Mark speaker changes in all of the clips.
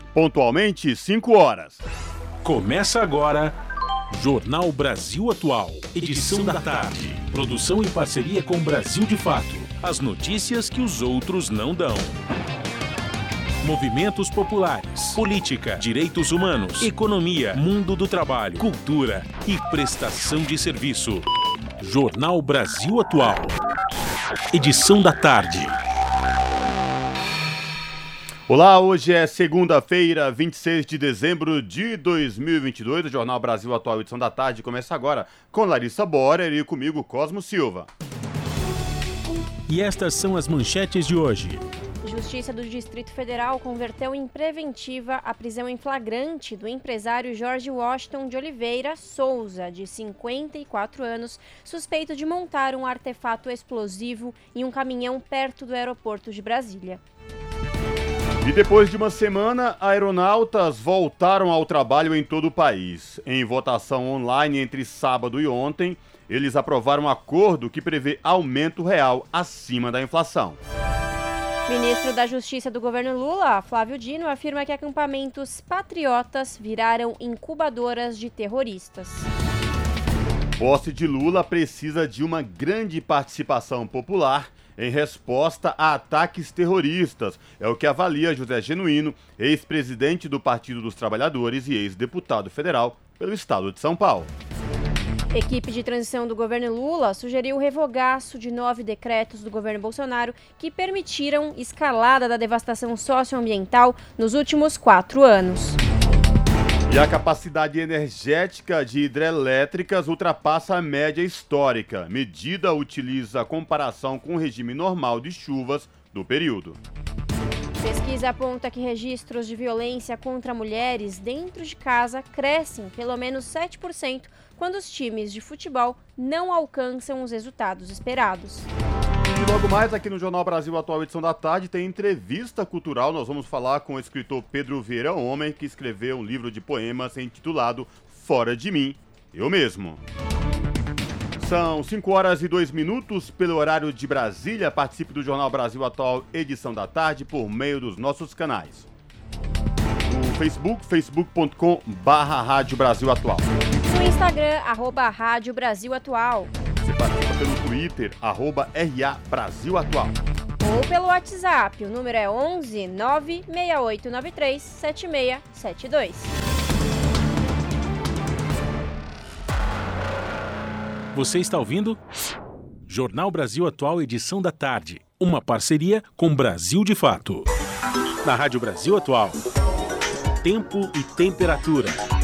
Speaker 1: Pontualmente, 5 horas.
Speaker 2: Começa agora, Jornal Brasil Atual, edição da tarde. Produção em parceria com Brasil de Fato. As notícias que os outros não dão. Movimentos populares, política, direitos humanos, economia, mundo do trabalho, cultura e prestação de serviço. Jornal Brasil Atual, edição da tarde.
Speaker 1: Olá, hoje é segunda-feira, 26 de dezembro de 2022. O Jornal Brasil Atual, edição da tarde, começa agora com Larissa Borer e comigo, Cosmo Silva.
Speaker 2: E estas são as manchetes de hoje.
Speaker 3: Justiça do Distrito Federal converteu em preventiva a prisão em flagrante do empresário Jorge Washington de Oliveira Souza, de 54 anos, suspeito de montar um artefato explosivo em um caminhão perto do aeroporto de Brasília.
Speaker 1: E depois de uma semana, aeronautas voltaram ao trabalho em todo o país. Em votação online entre sábado e ontem, eles aprovaram um acordo que prevê aumento real acima da inflação.
Speaker 3: Ministro da Justiça do governo Lula, Flávio Dino, afirma que acampamentos patriotas viraram incubadoras de terroristas.
Speaker 1: Posse de Lula precisa de uma grande participação popular em resposta a ataques terroristas. É o que avalia José Genuíno, ex-presidente do Partido dos Trabalhadores e ex-deputado federal pelo estado de São Paulo.
Speaker 3: Equipe de transição do governo Lula sugeriu o revogaço de 9 decretos do governo Bolsonaro que permitiram escalada da devastação socioambiental nos últimos 4 anos.
Speaker 1: E a capacidade energética de hidrelétricas ultrapassa a média histórica. Medida utiliza a comparação com o regime normal de chuvas do período.
Speaker 3: Pesquisa aponta que registros de violência contra mulheres dentro de casa crescem pelo menos 7% quando os times de futebol não alcançam os resultados esperados.
Speaker 1: E logo mais aqui no Jornal Brasil Atual, edição da tarde, tem entrevista cultural. Nós vamos falar com o escritor Pedro Vieira Homem, que escreveu um livro de poemas intitulado Fora de Mim, Eu Mesmo. São 5 horas e 2 minutos pelo horário de Brasília. Participe do Jornal Brasil Atual, edição da tarde, por meio dos nossos canais. No Facebook, facebook.com/Rádio Brasil Atual.
Speaker 3: No Instagram, @Rádio Brasil Atual.
Speaker 1: Você participa pelo Twitter, @RA Brasil Atual.
Speaker 3: Ou pelo WhatsApp, o número é 11 96893 7672.
Speaker 2: Você está ouvindo? Jornal Brasil Atual, edição da tarde. Uma parceria com Brasil de Fato. Na Rádio Brasil Atual. Tempo e temperatura.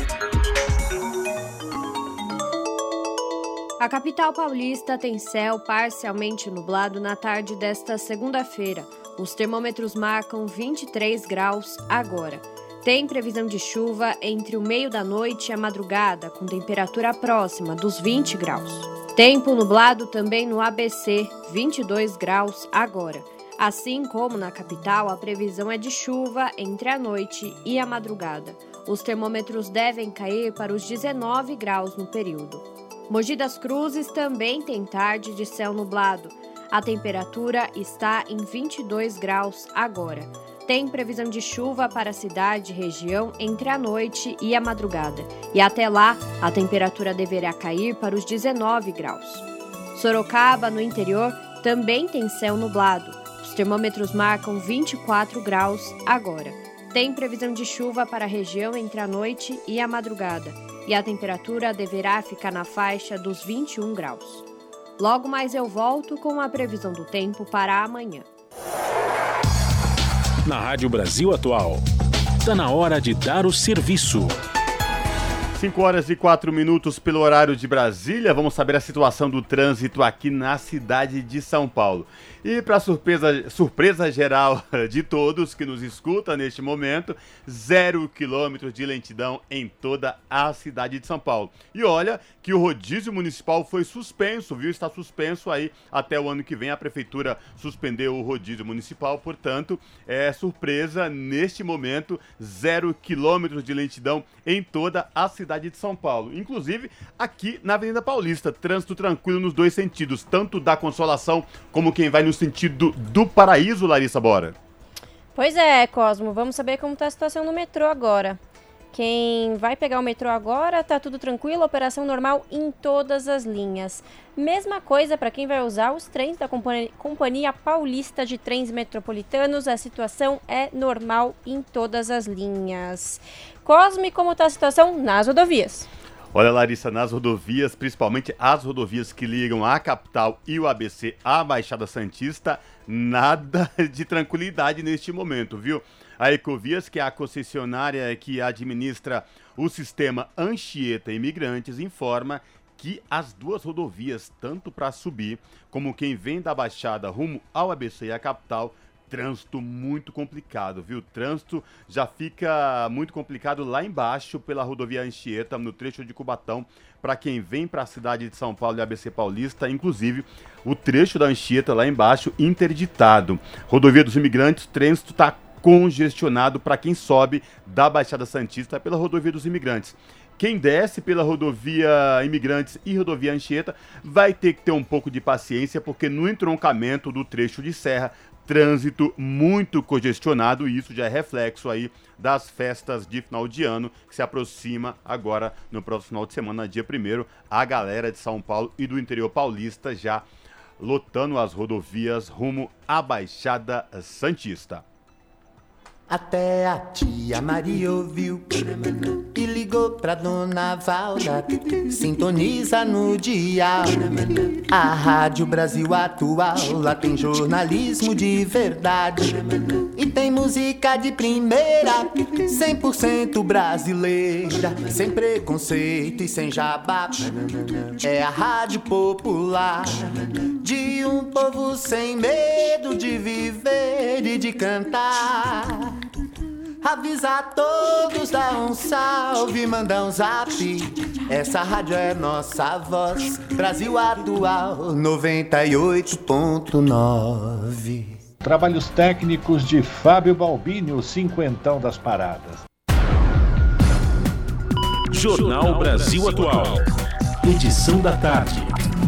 Speaker 3: A capital paulista tem céu parcialmente nublado na tarde desta segunda-feira. Os termômetros marcam 23 graus agora. Tem previsão de chuva entre o meio da noite e a madrugada, com temperatura próxima dos 20 graus. Tempo nublado também no ABC, 22 graus agora. Assim como na capital, a previsão é de chuva entre a noite e a madrugada. Os termômetros devem cair para os 19 graus no período. Mogi das Cruzes também tem tarde de céu nublado. A temperatura está em 22 graus agora. Tem previsão de chuva para a cidade e região entre a noite e a madrugada. E até lá, a temperatura deverá cair para os 19 graus. Sorocaba, no interior, também tem céu nublado. Os termômetros marcam 24 graus agora. Tem previsão de chuva para a região entre a noite e a madrugada. E a temperatura deverá ficar na faixa dos 21 graus. Logo mais eu volto com a previsão do tempo para amanhã.
Speaker 2: Na Rádio Brasil Atual, está na hora de dar o serviço.
Speaker 1: 5 horas e 4 minutos pelo horário de Brasília. Vamos saber a situação do trânsito aqui na cidade de São Paulo. E para surpresa geral de todos que nos escutam neste momento, 0 quilômetros de lentidão em toda a cidade de São Paulo. E olha que o rodízio municipal foi suspenso, viu? Está suspenso aí até o ano que vem. A prefeitura suspendeu o rodízio municipal, portanto, é surpresa neste momento, 0 quilômetros de lentidão em toda a cidade de São Paulo. Inclusive aqui na Avenida Paulista, trânsito tranquilo nos dois sentidos, tanto da Consolação como quem vai no sentido do Paraíso, Larissa Bora.
Speaker 3: Pois é, Cosmo, vamos saber como está a situação no metrô agora. Quem vai pegar o metrô agora, tá tudo tranquilo, operação normal em todas as linhas. Mesma coisa para quem vai usar os trens da Companhia Paulista de Trens Metropolitanos, a situação é normal em todas as linhas. Cosme, como está a situação nas rodovias?
Speaker 1: Olha, Larissa, nas rodovias, principalmente as rodovias que ligam a capital e o ABC à Baixada Santista, nada de tranquilidade neste momento, viu? A Ecovias, que é a concessionária que administra o sistema Anchieta Imigrantes, informa que as duas rodovias, tanto para subir como quem vem da Baixada rumo ao ABC e à capital, trânsito muito complicado, viu? Trânsito já fica muito complicado lá embaixo pela rodovia Anchieta, no trecho de Cubatão, para quem vem para a cidade de São Paulo e ABC Paulista, inclusive o trecho da Anchieta lá embaixo interditado. Rodovia dos Imigrantes, o trânsito está congestionado para quem sobe da Baixada Santista pela rodovia dos Imigrantes. Quem desce pela rodovia Imigrantes e rodovia Anchieta vai ter que ter um pouco de paciência, porque no entroncamento do trecho de serra, trânsito muito congestionado, e isso já é reflexo aí das festas de final de ano que se aproxima agora no próximo final de semana, dia 1º, a galera de São Paulo e do interior paulista já lotando as rodovias rumo à Baixada Santista.
Speaker 4: Até a tia Maria ouviu e ligou pra dona Valda. Sintoniza no dial a Rádio Brasil Atual. Lá tem jornalismo de verdade e tem música de primeira, 100% brasileira, sem preconceito e sem jabá. É a Rádio Popular de um povo sem medo de viver e de cantar. Avisa a todos, dá um salve, manda um zap. Essa rádio é nossa voz, Brasil Atual 98.9.
Speaker 5: Trabalhos técnicos de Fábio Balbini, o cinquentão das paradas.
Speaker 2: Jornal Brasil Atual. Edição da tarde.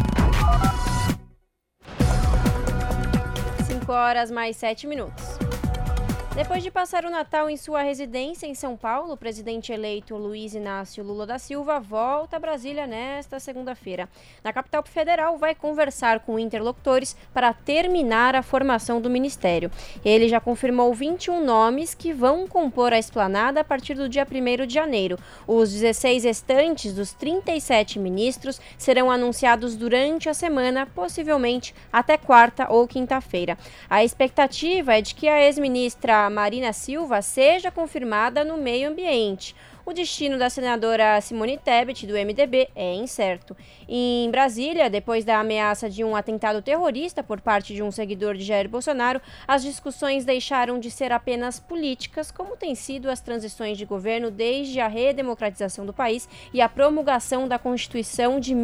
Speaker 3: 5h mais 7. Depois de passar o Natal em sua residência em São Paulo, o presidente eleito Luiz Inácio Lula da Silva volta a Brasília nesta segunda-feira. Na capital federal, vai conversar com interlocutores para terminar a formação do ministério. Ele já confirmou 21 nomes que vão compor a esplanada a partir do dia 1º de janeiro. Os 16 restantes dos 37 ministros serão anunciados durante a semana, possivelmente até quarta ou quinta-feira. A expectativa é de que a ex-ministra Marina Silva seja confirmada no meio ambiente. O destino da senadora Simone Tebet, do MDB, é incerto. Em Brasília, depois da ameaça de um atentado terrorista por parte de um seguidor de Jair Bolsonaro, as discussões deixaram de ser apenas políticas, como têm sido as transições de governo desde a redemocratização do país e a promulgação da Constituição de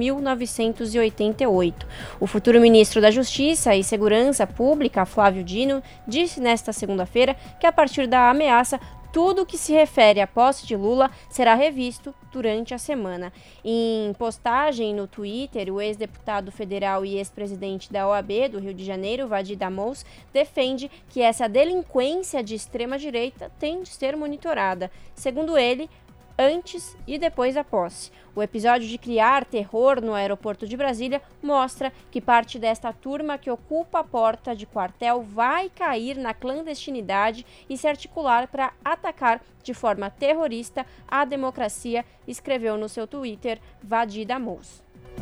Speaker 3: 1988. O futuro ministro da Justiça e Segurança Pública, Flávio Dino, disse nesta segunda-feira que, a partir da ameaça, tudo que se refere à posse de Lula será revisto durante a semana. Em postagem no Twitter, o ex-deputado federal e ex-presidente da OAB do Rio de Janeiro, Vadir Damous, defende que essa delinquência de extrema-direita tem de ser monitorada. Segundo ele, antes e depois da posse. O episódio de criar terror no aeroporto de Brasília mostra que parte desta turma que ocupa a porta de quartel vai cair na clandestinidade e se articular para atacar de forma terrorista a democracia, escreveu no seu Twitter Vadir Damous.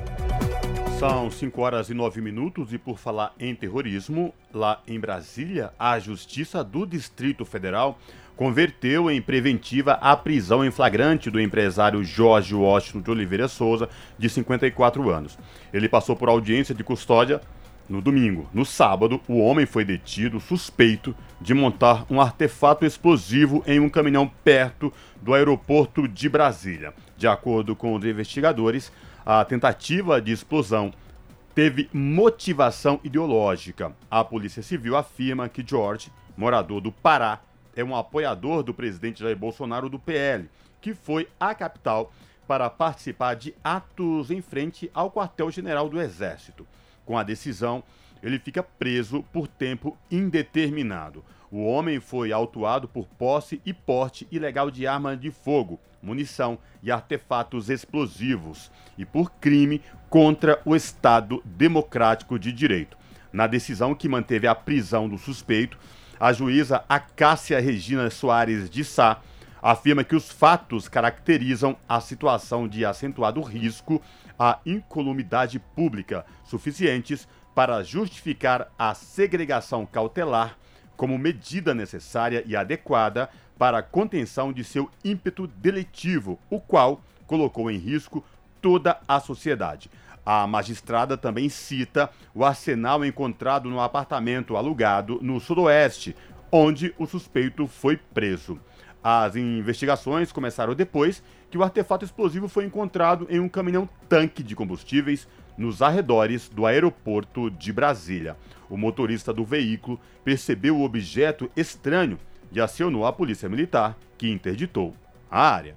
Speaker 1: São 5h09 e por falar em terrorismo, lá em Brasília, a Justiça do Distrito Federal converteu em preventiva a prisão em flagrante do empresário Jorge Washington de Oliveira Souza, de 54 anos. Ele passou por audiência de custódia no domingo. No sábado, o homem foi detido suspeito de montar um artefato explosivo em um caminhão perto do aeroporto de Brasília. De acordo com os investigadores, a tentativa de explosão teve motivação ideológica. A Polícia Civil afirma que Jorge, morador do Pará, é um apoiador do presidente Jair Bolsonaro do PL, que foi à capital para participar de atos em frente ao quartel-general do Exército. Com a decisão ele fica preso por tempo indeterminado. O homem foi autuado por posse e porte ilegal de arma de fogo, munição e artefatos explosivos e por crime contra o Estado Democrático de Direito. Na decisão que manteve a prisão do suspeito, a juíza Acácia Regina Soares de Sá afirma que os fatos caracterizam a situação de acentuado risco à incolumidade pública, suficientes para justificar a segregação cautelar como medida necessária e adequada para a contenção de seu ímpeto delitivo, o qual colocou em risco toda a sociedade. A magistrada também cita o arsenal encontrado no apartamento alugado no Sudoeste, onde o suspeito foi preso. As investigações começaram depois que o artefato explosivo foi encontrado em um caminhão-tanque de combustíveis nos arredores do aeroporto de Brasília. O motorista do veículo percebeu o objeto estranho e acionou a polícia militar, que interditou a área.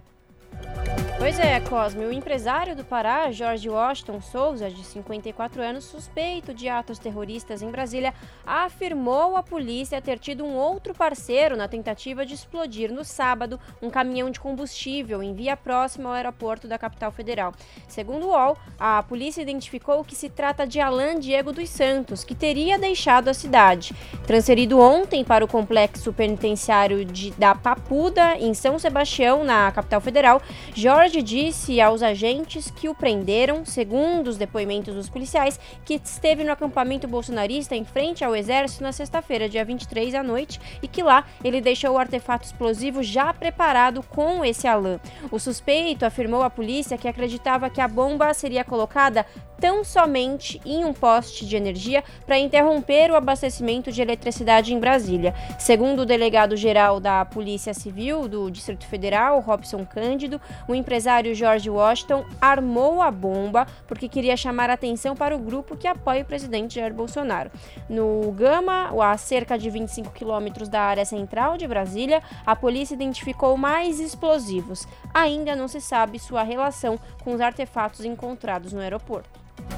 Speaker 3: Pois é, Cosme, o empresário do Pará, Jorge Washington Souza, de 54 anos, suspeito de atos terroristas em Brasília, afirmou à polícia ter tido um outro parceiro na tentativa de explodir no sábado um caminhão de combustível em via próxima ao aeroporto da capital federal. Segundo o UOL, a polícia identificou que se trata de Alan Diego dos Santos, que teria deixado a cidade. Transferido ontem para o complexo penitenciário da Papuda, em São Sebastião, na capital federal, Jorge disse aos agentes que o prenderam, segundo os depoimentos dos policiais, que esteve no acampamento bolsonarista em frente ao Exército na sexta-feira, dia 23 à noite, e que lá ele deixou o artefato explosivo já preparado com esse Alan. O suspeito afirmou à polícia que acreditava que a bomba seria colocada tão somente em um poste de energia para interromper o abastecimento de eletricidade em Brasília. Segundo o delegado-geral da Polícia Civil do Distrito Federal, Robson Cândido, o empresário Jorge Washington armou a bomba porque queria chamar a atenção para o grupo que apoia o presidente Jair Bolsonaro. No Gama, a cerca de 25 quilômetros da área central de Brasília, a polícia identificou mais explosivos. Ainda não se sabe sua relação com os artefatos encontrados no aeroporto.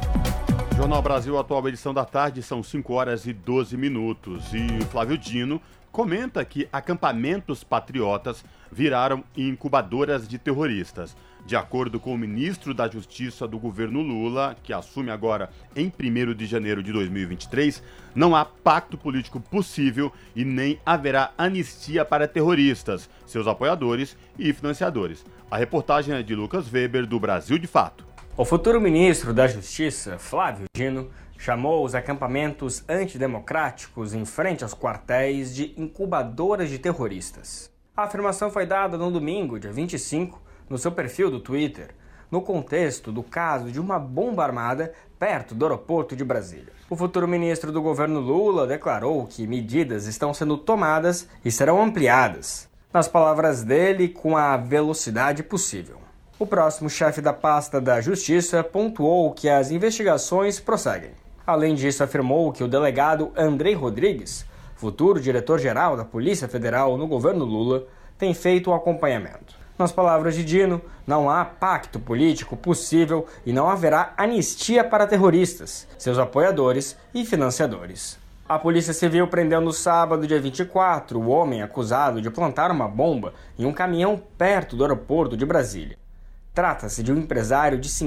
Speaker 1: Jornal Brasil Atual, edição da tarde, são 5 horas e 12 minutos. E Flávio Dino comenta que acampamentos patriotas viraram incubadoras de terroristas. De acordo com o ministro da Justiça do governo Lula, que assume agora em 1º de janeiro de 2023, não há pacto político possível e nem haverá anistia para terroristas, seus apoiadores e financiadores. A reportagem é de Lucas Weber, do Brasil de Fato.
Speaker 6: O futuro ministro da Justiça, Flávio Dino, chamou os acampamentos antidemocráticos em frente aos quartéis de incubadoras de terroristas. A afirmação foi dada no domingo, dia 25, no seu perfil do Twitter, no contexto do caso de uma bomba armada perto do aeroporto de Brasília. O futuro ministro do governo Lula declarou que medidas estão sendo tomadas e serão ampliadas, nas palavras dele, com a velocidade possível. O próximo chefe da pasta da Justiça pontuou que as investigações prosseguem. Além disso, afirmou que o delegado Andrei Rodrigues, futuro diretor-geral da Polícia Federal no governo Lula, tem feito o acompanhamento. Nas palavras de Dino, não há pacto político possível e não haverá anistia para terroristas, seus apoiadores e financiadores. A Polícia Civil prendeu no sábado, dia 24, o homem acusado de plantar uma bomba em um caminhão perto do aeroporto de Brasília. Trata-se de um empresário de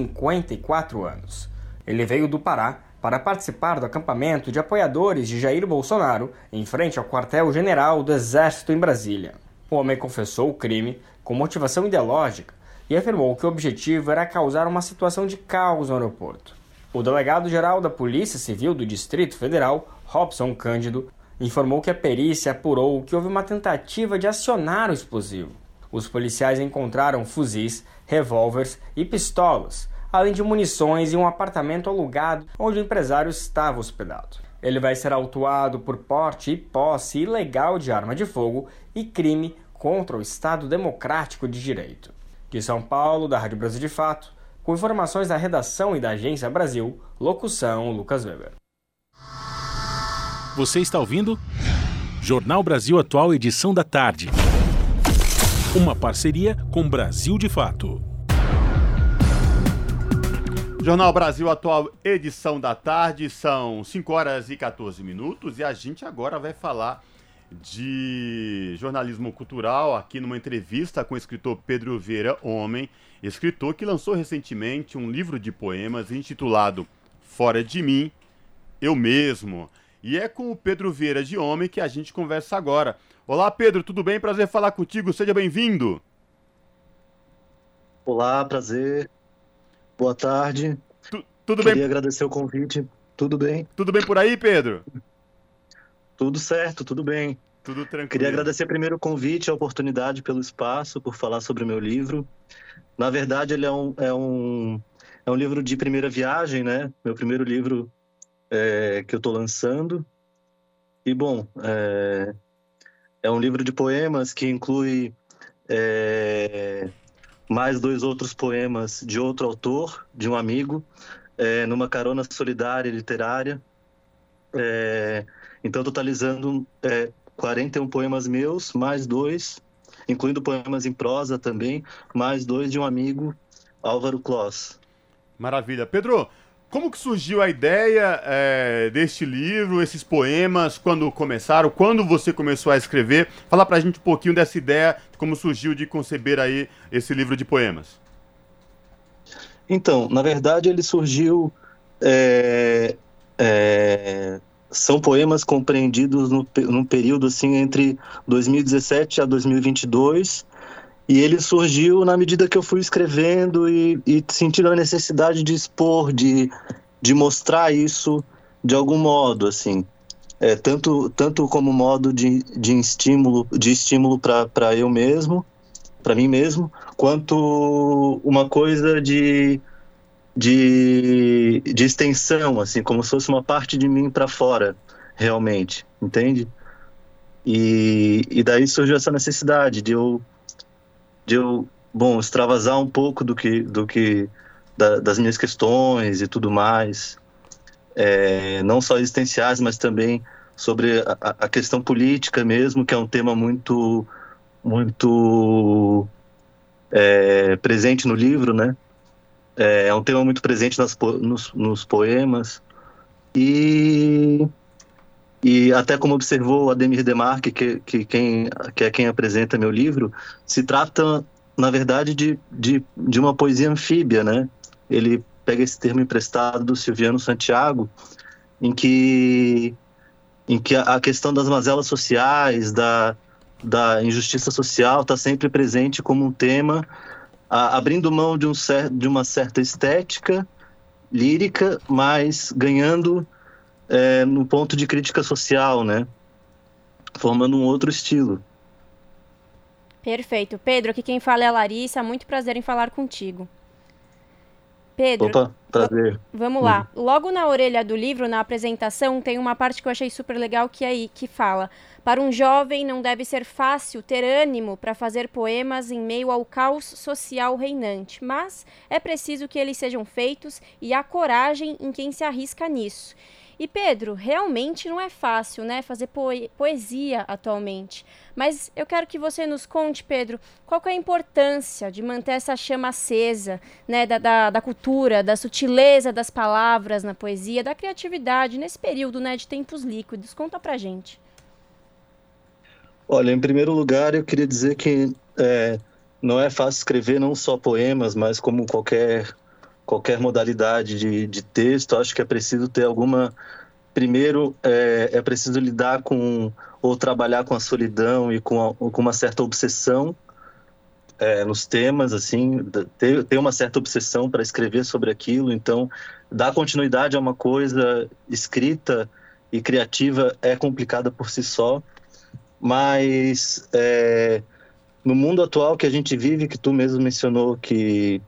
Speaker 6: 54 anos. Ele veio do Pará para participar do acampamento de apoiadores de Jair Bolsonaro em frente ao quartel-general do Exército em Brasília. O homem confessou o crime com motivação ideológica e afirmou que o objetivo era causar uma situação de caos no aeroporto. O delegado-geral da Polícia Civil do Distrito Federal, Robson Cândido, informou que a perícia apurou que houve uma tentativa de acionar o explosivo. Os policiais encontraram fuzis, revólveres e pistolas, além de munições em um apartamento alugado onde o empresário estava hospedado. Ele vai ser autuado por porte e posse ilegal de arma de fogo e crime contra o Estado Democrático de Direito. De São Paulo, da Rádio Brasil de Fato, com informações da redação e da Agência Brasil, locução Lucas Weber.
Speaker 2: Você está ouvindo Jornal Brasil Atual, edição da tarde. Uma parceria com Brasil de Fato.
Speaker 1: Jornal Brasil Atual, edição da tarde, são 5 horas e 14 minutos e a gente agora vai falar de jornalismo cultural aqui numa entrevista com o escritor Pedro Vieira Homem, escritor que lançou recentemente um livro de poemas intitulado Fora de Mim, Eu Mesmo. E é com o Pedro Vieira de Homem que a gente conversa agora. Olá, Pedro, tudo bem? Prazer falar contigo, seja bem-vindo.
Speaker 7: Olá, prazer. Boa tarde.
Speaker 1: Tudo bem?
Speaker 7: Queria agradecer o convite. Tudo bem?
Speaker 1: Tudo bem por aí, Pedro?
Speaker 7: Tudo certo, tudo bem.
Speaker 1: Tudo tranquilo.
Speaker 7: Queria agradecer primeiro o convite, a oportunidade, pelo espaço, por falar sobre o meu livro. Na verdade, ele é um livro de primeira viagem, né? Meu primeiro livro que eu estou lançando. E, bom, é um livro de poemas que inclui mais 2 outros poemas de outro autor, de um amigo, numa carona solidária e literária. Então, totalizando 41 poemas meus, mais 2, incluindo poemas em prosa também, mais 2 de um amigo, Álvaro Kloss.
Speaker 1: Maravilha. Pedro, como que surgiu a ideia deste livro, esses poemas, quando começaram, quando você começou a escrever? Fala pra gente um pouquinho dessa ideia, de como surgiu de conceber aí esse livro de poemas.
Speaker 7: Então, na verdade, ele surgiu... são poemas compreendidos num período assim, entre 2017 a 2022, e ele surgiu na medida que eu fui escrevendo e sentindo a necessidade de expor, de mostrar isso de algum modo, assim, tanto como modo de estímulo para eu mesmo, para mim mesmo, quanto uma coisa de extensão, assim, como se fosse uma parte de mim para fora, realmente, entende? E daí surgiu essa necessidade de eu extravasar um pouco das minhas questões e tudo mais, não só existenciais, mas também sobre a questão política mesmo, que é um tema muito presente no livro, né? É um tema muito presente nos poemas. E até como observou o Ademir Demarque, que é quem apresenta meu livro, se trata, na verdade, de uma poesia anfíbia, né? Ele pega esse termo emprestado do Silviano Santiago, em que a questão das mazelas sociais, da injustiça social, está sempre presente como um tema, abrindo mão de uma certa estética lírica, mas ganhando no ponto de crítica social, né? Formando um outro estilo.
Speaker 8: Perfeito. Pedro, aqui quem fala é a Larissa, muito prazer em falar contigo. Pedro,
Speaker 7: opa, prazer.
Speaker 8: Vamos lá. Logo na orelha do livro, na apresentação, tem uma parte que eu achei super legal que fala: para um jovem não deve ser fácil ter ânimo para fazer poemas em meio ao caos social reinante, mas é preciso que eles sejam feitos e há coragem em quem se arrisca nisso. E Pedro, realmente não é fácil, né, fazer poesia atualmente. Mas eu quero que você nos conte, Pedro, qual que é a importância de manter essa chama acesa, né, da cultura, da sutileza das palavras na poesia, da criatividade nesse período, né, de tempos líquidos. Conta pra gente.
Speaker 7: Olha, em primeiro lugar, eu queria dizer que não é fácil escrever não só poemas, mas como qualquer modalidade de texto. Acho que é preciso ter primeiro, é preciso lidar ou trabalhar com a solidão e com uma certa obsessão nos temas, assim, ter uma certa obsessão para escrever sobre aquilo. Então, dar continuidade a uma coisa escrita e criativa é complicada por si só, mas no mundo atual que a gente vive, que tu mesmo mencionou que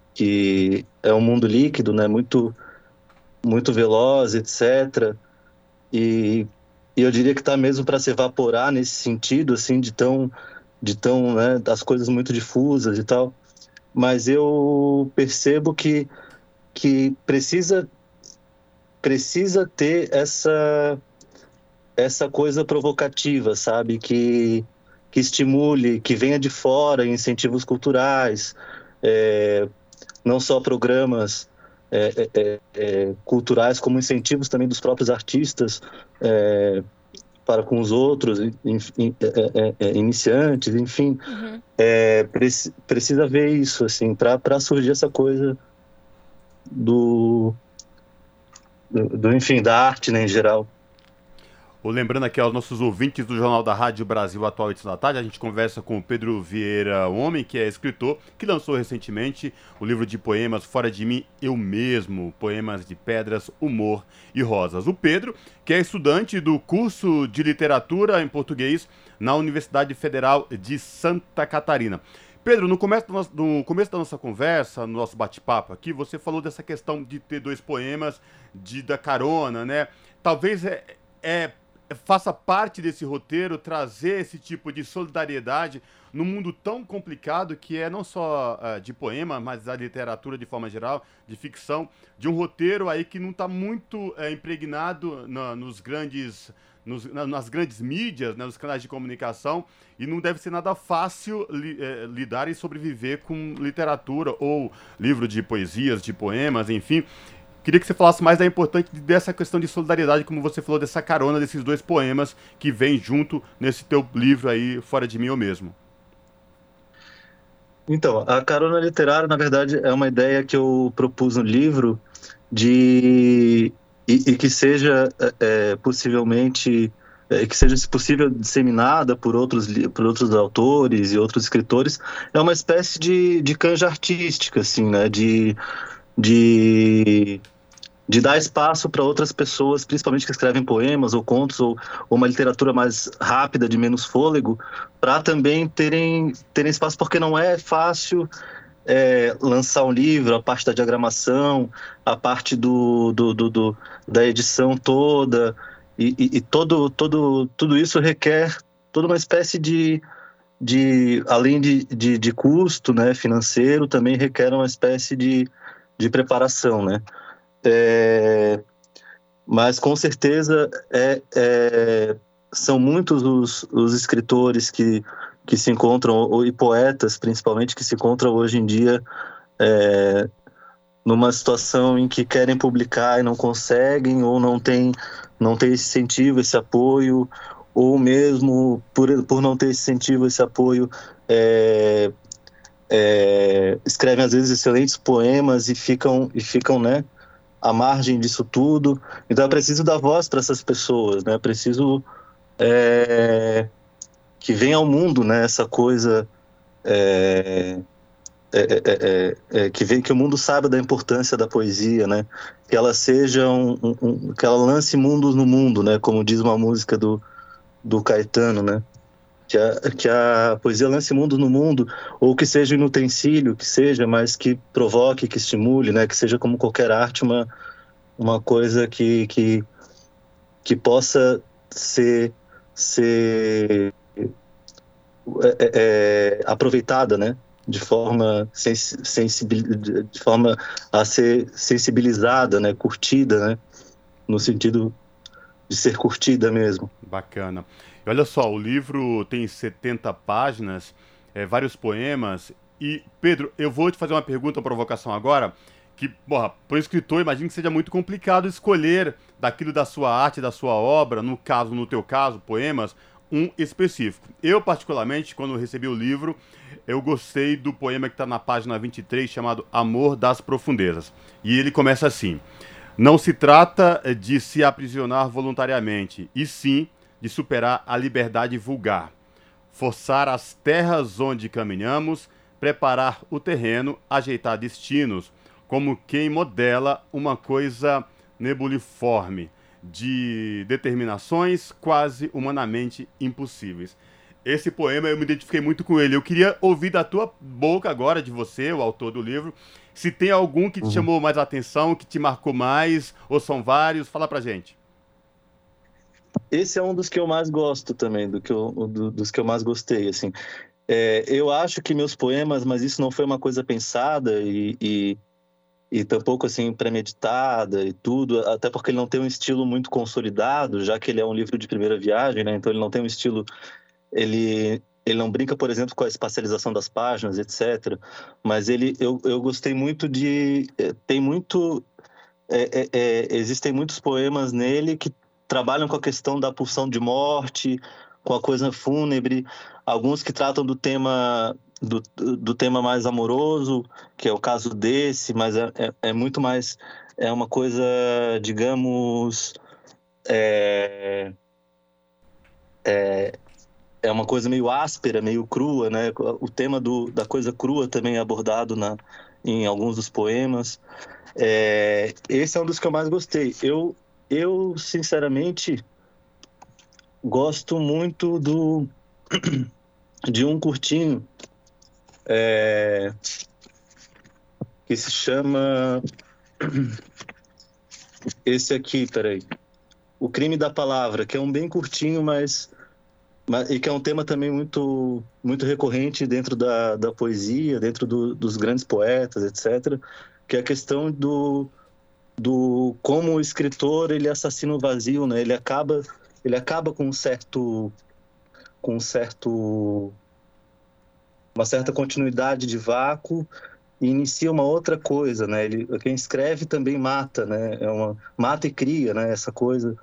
Speaker 7: é um mundo líquido, né? Muito, muito veloz, etc. E eu diria que está mesmo para se evaporar nesse sentido, assim, de tão, né, das coisas muito difusas e tal. Mas eu percebo que precisa ter essa coisa provocativa, sabe? Que estimule, que venha de fora, incentivos culturais, não só programas culturais, como incentivos também dos próprios artistas para com os outros, iniciantes, enfim. Precisa ver isso, assim, para surgir essa coisa enfim, da arte, né, em geral.
Speaker 1: Lembrando aqui aos nossos ouvintes do Jornal da Rádio Brasil Atual e da Tarde, a gente conversa com o Pedro Vieira Homem, que é escritor, que lançou recentemente o livro de poemas Fora de Mim, Eu Mesmo, poemas de pedras, humor e rosas. O Pedro, que é estudante do curso de literatura em português na Universidade Federal de Santa Catarina. Pedro, no começo da nossa conversa, no nosso bate-papo aqui, você falou dessa questão de ter 2 poemas, de dar carona, né? Talvez faça parte desse roteiro trazer esse tipo de solidariedade num mundo tão complicado que é não só de poema, mas da literatura de forma geral, de ficção, de um roteiro aí que não está muito impregnado nas grandes mídias, né, nos canais de comunicação, e não deve ser nada fácil lidar e sobreviver com literatura ou livro de poesias, de poemas, enfim. Queria que você falasse mais da importância dessa questão de solidariedade, como você falou, dessa carona desses 2 poemas que vem junto nesse teu livro aí, Fora de Mim, Eu Mesmo.
Speaker 7: Então, a carona literária, na verdade, é uma ideia que eu propus no livro e que seja possivelmente, que seja, se possível, disseminada por outros autores e outros escritores. É uma espécie de canja artística, assim, né, de dar espaço para outras pessoas, principalmente que escrevem poemas ou contos ou uma literatura mais rápida, de menos fôlego, para também terem espaço, porque não é fácil lançar um livro, a parte da diagramação, a parte da edição toda, e tudo isso requer toda uma espécie além de custo, né, financeiro, também requer uma espécie de preparação, né? Mas com certeza são muitos os escritores que se encontram, e poetas principalmente, que se encontram hoje em dia numa situação em que querem publicar e não conseguem, ou não tem esse incentivo, esse apoio, ou mesmo por não ter esse incentivo, esse apoio, escrevem às vezes excelentes poemas e ficam, né, à margem disso tudo. Então é preciso dar voz para essas pessoas, né? É preciso que venha ao mundo, né, essa coisa, que o mundo saiba da importância da poesia, né? Que ela seja que ela lance mundos no mundo, né? Como diz uma música do Caetano, né? Que a poesia lance mundos no mundo, ou que seja um utensílio, que seja, mas que provoque, que estimule, né? Que seja, como qualquer arte, uma coisa que possa ser aproveitada, né? De forma a ser sensibilizada, né? Curtida, né? No sentido de ser curtida mesmo.
Speaker 1: Bacana. E olha só, o livro tem 70 páginas, vários poemas. E, Pedro, eu vou te fazer uma pergunta, uma provocação agora, que, porra, para o escritor, imagino que seja muito complicado escolher daquilo da sua arte, da sua obra, no teu caso, poemas, um específico. Eu, particularmente, quando recebi o livro, eu gostei do poema que está na página 23, chamado Amor das Profundezas. E ele começa assim: não se trata de se aprisionar voluntariamente, e sim de superar a liberdade vulgar, forçar as terras onde caminhamos, preparar o terreno, ajeitar destinos, como quem modela uma coisa nebuliforme, de determinações quase humanamente impossíveis. Esse poema eu me identifiquei muito com ele. Eu queria ouvir da tua boca agora, de você, o autor do livro, se tem algum que te chamou mais a atenção, que te marcou mais, ou são vários. Fala pra gente.
Speaker 7: Esse é um dos que eu mais gosto também, dos que eu mais gostei, assim. Eu acho que meus poemas, mas isso não foi uma coisa pensada e tampouco assim premeditada e tudo, até porque ele não tem um estilo muito consolidado, já que ele é um livro de primeira viagem, né? Então ele não tem um estilo, ele não brinca, por exemplo, com a espacialização das páginas, etc. Mas eu gostei muito de... existem muitos poemas nele que trabalham com a questão da pulsão de morte, com a coisa fúnebre, alguns que tratam do tema mais amoroso, que é o caso desse, mas é muito mais... É uma coisa, digamos... É uma coisa meio áspera, meio crua, né? O tema da coisa crua também é abordado em alguns dos poemas. Esse é um dos que eu mais gostei. Eu sinceramente, gosto muito de um curtinho que se chama... Esse aqui, peraí. O Crime da Palavra, que é um bem curtinho, e que é um tema também muito, muito recorrente dentro da poesia, dentro dos grandes poetas, etc., que é a questão do como o escritor ele assassina o vazio, né? Ele acaba com uma certa continuidade de vácuo e inicia uma outra coisa, né? Quem escreve também mata, né? Mata e cria, né? Essa coisa.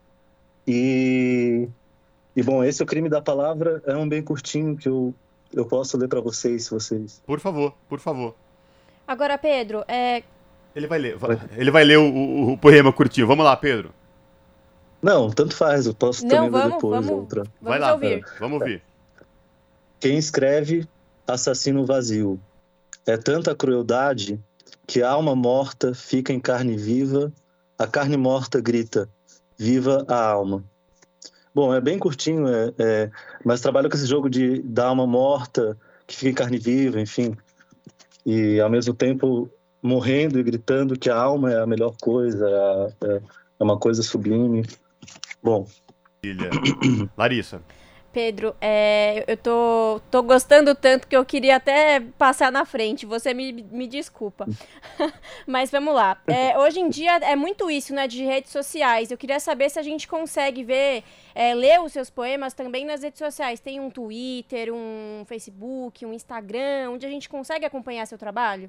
Speaker 7: E bom, esse é o Crime da Palavra, é um bem curtinho que eu posso ler para vocês, se vocês...
Speaker 1: Por favor.
Speaker 8: Agora, Pedro,
Speaker 1: Ele vai ler o poema curtinho. Vamos lá, Pedro.
Speaker 7: Não, tanto faz, eu posso também ler depois.
Speaker 1: Vai lá,
Speaker 8: ouvir.
Speaker 1: Vamos ouvir.
Speaker 7: Quem escreve, assassina o vazio. É tanta crueldade que a alma morta fica em carne viva, a carne morta grita, viva a alma. Bom, é bem curtinho, mas trabalha com esse jogo da alma morta, que fica em carne viva, enfim. E, ao mesmo tempo, morrendo e gritando que a alma é a melhor coisa, é uma coisa sublime. Bom.
Speaker 1: Larissa.
Speaker 8: Pedro, eu tô gostando tanto que eu queria até passar na frente, você me desculpa. Mas vamos lá. Hoje em dia é muito isso, né, de redes sociais. Eu queria saber se a gente consegue ler os seus poemas também nas redes sociais. Tem um Twitter, um Facebook, um Instagram, onde a gente consegue acompanhar seu trabalho?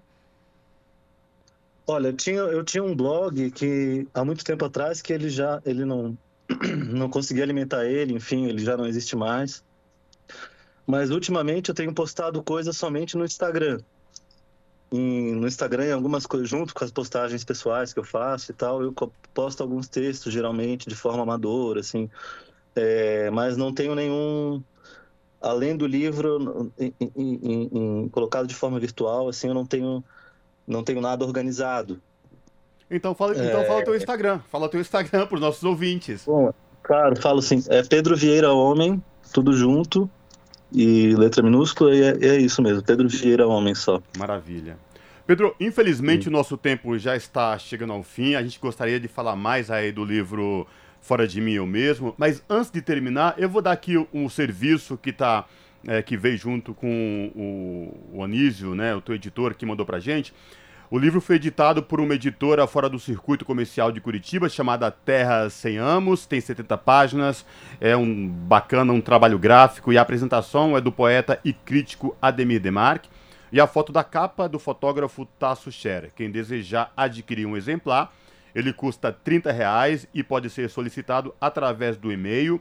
Speaker 7: Olha, eu tinha um blog que, há muito tempo atrás, que ele não consegui alimentar ele, enfim, ele já não existe mais. Mas ultimamente eu tenho postado coisas somente no Instagram. No Instagram, algumas coisas, junto com as postagens pessoais que eu faço e tal, eu posto alguns textos, geralmente, de forma amadora, assim. Mas não tenho nenhum... Além do livro, colocado de forma virtual, assim, eu não tenho nada organizado.
Speaker 1: Então fala o teu Instagram. Fala o teu Instagram para os nossos ouvintes.
Speaker 7: Bom, claro, falo sim. É Pedro Vieira Homem, tudo junto, e letra minúscula, e é isso mesmo. Pedro Vieira Homem só.
Speaker 1: Maravilha. Pedro, infelizmente o nosso tempo já está chegando ao fim. A gente gostaria de falar mais aí do livro Fora de Mim Eu Mesmo. Mas antes de terminar, eu vou dar aqui um serviço que veio junto com o Anísio, né, o teu editor, que mandou pra gente. O livro foi editado por uma editora fora do circuito comercial de Curitiba, chamada Terra Sem Amos, tem 70 páginas, é um trabalho gráfico, e a apresentação é do poeta e crítico Ademir Demarque, e a foto da capa do fotógrafo Tasso Scherer. Quem desejar adquirir um exemplar, ele custa R$30 e pode ser solicitado através do e-mail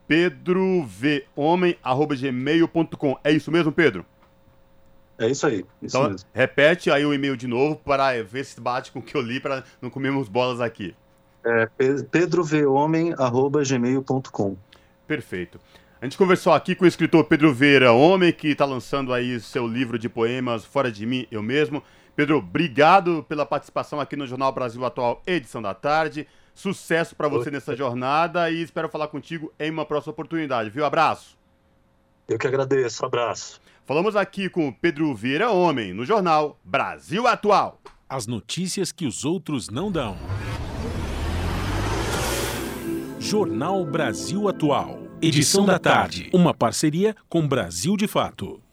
Speaker 1: pedrovhomem@gmail.com. É isso mesmo, Pedro?
Speaker 7: É isso aí.
Speaker 1: Então,
Speaker 7: mesmo.
Speaker 1: Repete aí o e-mail de novo para ver se bate com o que eu li, para não comermos bolas aqui.
Speaker 7: pedrovhomem@gmail.com.
Speaker 1: Perfeito. A gente conversou aqui com o escritor Pedro Vieira Homem, que está lançando aí seu livro de poemas Fora de Mim Eu Mesmo. Pedro, obrigado pela participação aqui no Jornal Brasil Atual, edição da tarde. Sucesso para você nessa jornada e espero falar contigo em uma próxima oportunidade, viu? Abraço.
Speaker 7: Eu que agradeço, abraço.
Speaker 1: Falamos aqui com o Pedro Vieira Homem, no Jornal Brasil Atual.
Speaker 2: As notícias que os outros não dão. Jornal Brasil Atual. Edição da tarde. Uma parceria com Brasil de Fato.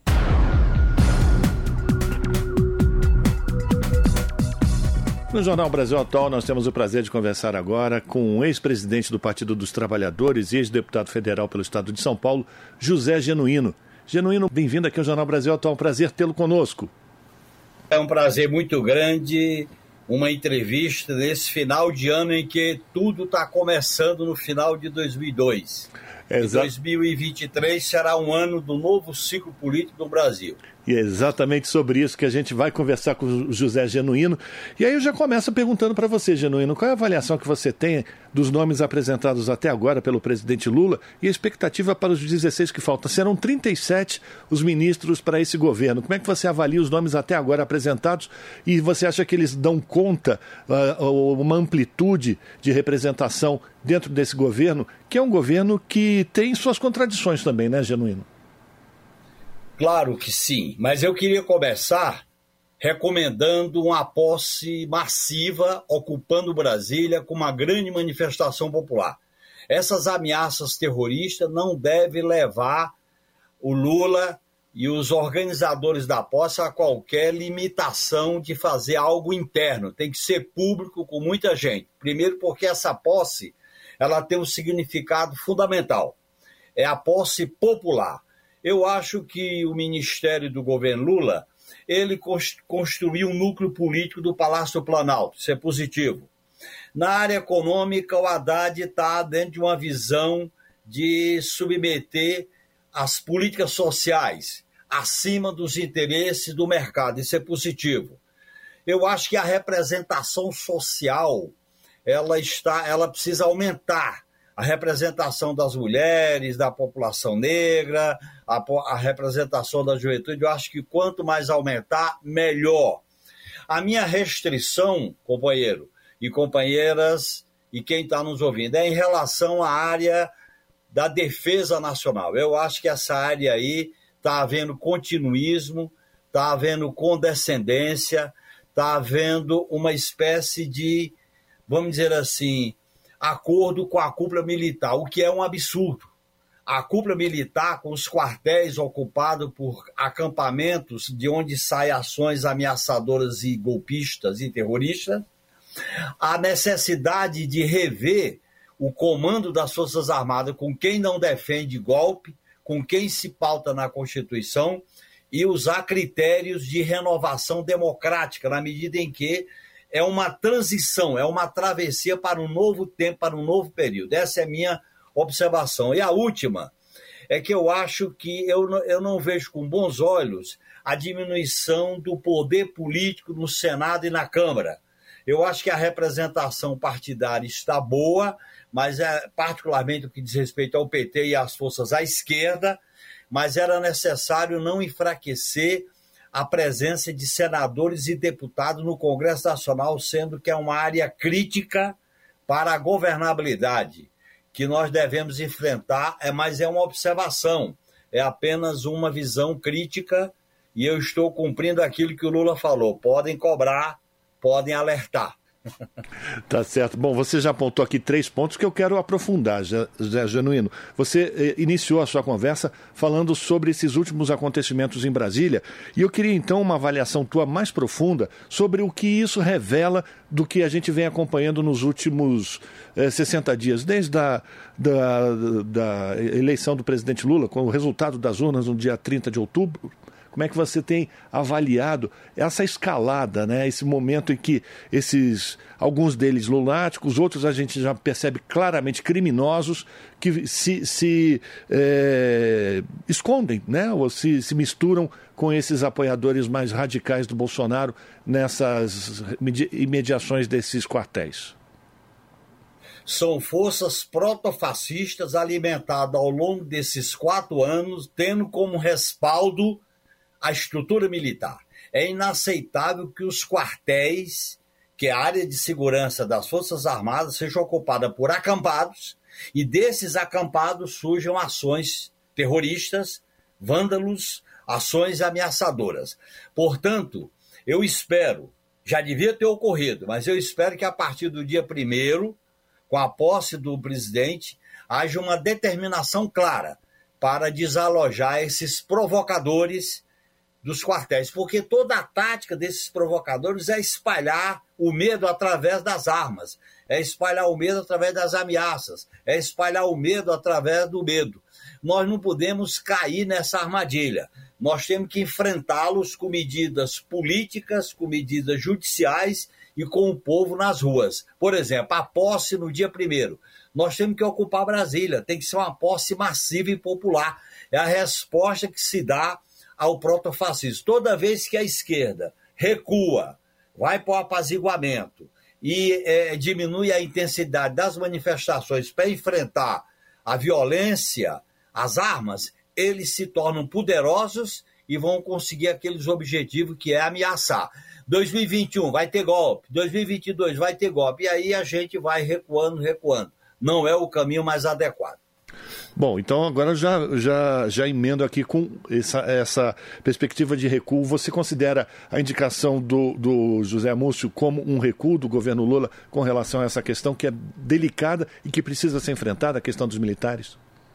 Speaker 5: No Jornal Brasil Atual, nós temos o prazer de conversar agora com o ex-presidente do Partido dos Trabalhadores e ex-deputado federal pelo Estado de São Paulo, José Genuíno. Genuíno, bem-vindo aqui ao Jornal Brasil Atual, prazer tê-lo conosco.
Speaker 9: É um prazer muito grande, uma entrevista nesse final de ano em que tudo está começando no final de 2002.
Speaker 5: Exato.
Speaker 9: 2023 será um ano do novo ciclo político do Brasil.
Speaker 5: E é exatamente sobre isso que a gente vai conversar com o José Genuíno. E aí eu já começo perguntando para você, Genuíno, qual é a avaliação que você tem dos nomes apresentados até agora pelo presidente Lula e a expectativa para os 16 que faltam? Serão 37 os ministros para esse governo. Como é que você avalia os nomes até agora apresentados e você acha que eles dão conta, uma amplitude de representação dentro desse governo, que é um governo que tem suas contradições também, né, Genuíno?
Speaker 9: Claro que sim, mas eu queria começar recomendando uma posse massiva ocupando Brasília com uma grande manifestação popular. Essas ameaças terroristas não devem levar o Lula e os organizadores da posse a qualquer limitação de fazer algo interno. Tem que ser público com muita gente. Primeiro porque essa posse ela tem um significado fundamental. É a posse popular. Eu acho que o Ministério do governo Lula, ele construiu um núcleo político do Palácio do Planalto, isso é positivo. Na área econômica, o Haddad está dentro de uma visão de submeter as políticas sociais acima dos interesses do mercado, isso é positivo. Eu acho que a representação social, ela precisa aumentar. A representação das mulheres, da população negra, a representação da juventude, eu acho que quanto mais aumentar, melhor. A minha restrição, companheiro e companheiras, e quem está nos ouvindo, é em relação à área da defesa nacional. Eu acho que essa área aí está havendo continuismo, está havendo condescendência, está havendo uma espécie de, vamos dizer assim, acordo com a cúpula militar, o que é um absurdo. A cúpula militar, com os quartéis ocupados por acampamentos de onde saem ações ameaçadoras e golpistas e terroristas, a necessidade de rever o comando das Forças Armadas com quem não defende golpe, com quem se pauta na Constituição e usar critérios de renovação democrática, na medida em que é uma transição, é uma travessia para um novo tempo, para um novo período. Essa é a minha observação. E a última é que eu acho que eu não vejo com bons olhos a diminuição do poder político no Senado e na Câmara. Eu acho que a representação partidária está boa, mas particularmente o que diz respeito ao PT e às forças à esquerda, mas era necessário não enfraquecer a presença de senadores e deputados no Congresso Nacional, sendo que é uma área crítica para a governabilidade, que nós devemos enfrentar, mas é uma observação, é apenas uma visão crítica, e eu estou cumprindo aquilo que o Lula falou, podem cobrar, podem alertar.
Speaker 5: Tá certo. Bom, você já apontou aqui 3 pontos que eu quero aprofundar, Genuíno. Você iniciou a sua conversa falando sobre esses últimos acontecimentos em Brasília e eu queria então uma avaliação tua mais profunda sobre o que isso revela do que a gente vem acompanhando nos últimos 60 dias, desde da eleição do presidente Lula, com o resultado das urnas no dia 30 de outubro. Como é que você tem avaliado essa escalada, né? Esse momento em que alguns deles lunáticos, outros a gente já percebe claramente criminosos, que se escondem, né? Ou se misturam com esses apoiadores mais radicais do Bolsonaro nessas imediações desses quartéis?
Speaker 9: São forças protofascistas alimentadas ao longo desses 4 anos, tendo como respaldo a estrutura militar. É inaceitável que os quartéis, que é a área de segurança das Forças Armadas, seja ocupada por acampados e desses acampados surjam ações terroristas, vândalos, ações ameaçadoras. Portanto, eu espero, já devia ter ocorrido, mas eu espero que a partir do dia 1º, com a posse do presidente, haja uma determinação clara para desalojar esses provocadores dos quartéis, porque toda a tática desses provocadores é espalhar o medo através das armas, é espalhar o medo através das ameaças, é espalhar o medo através do medo. nós não podemos cair nessa armadilha. Nós temos que enfrentá-los com medidas políticas, com medidas judiciais e com o povo nas ruas. Por exemplo, a posse no dia 1º. Nós temos que ocupar Brasília, tem que ser uma posse massiva e popular. É a resposta que se dá ao protofascismo. Toda vez que a esquerda recua, vai para o apaziguamento e diminui a intensidade das manifestações para enfrentar a violência, as armas, eles se tornam poderosos e vão conseguir aqueles objetivos que é ameaçar. 2021 vai ter golpe, 2022 vai ter golpe, e aí a gente vai recuando. Não é o caminho mais adequado.
Speaker 5: Bom, então agora já emendo aqui com essa perspectiva de recuo. Você considera a indicação do José Múcio como um recuo do governo Lula com relação a essa questão que é delicada e que precisa ser enfrentada, a questão dos militares?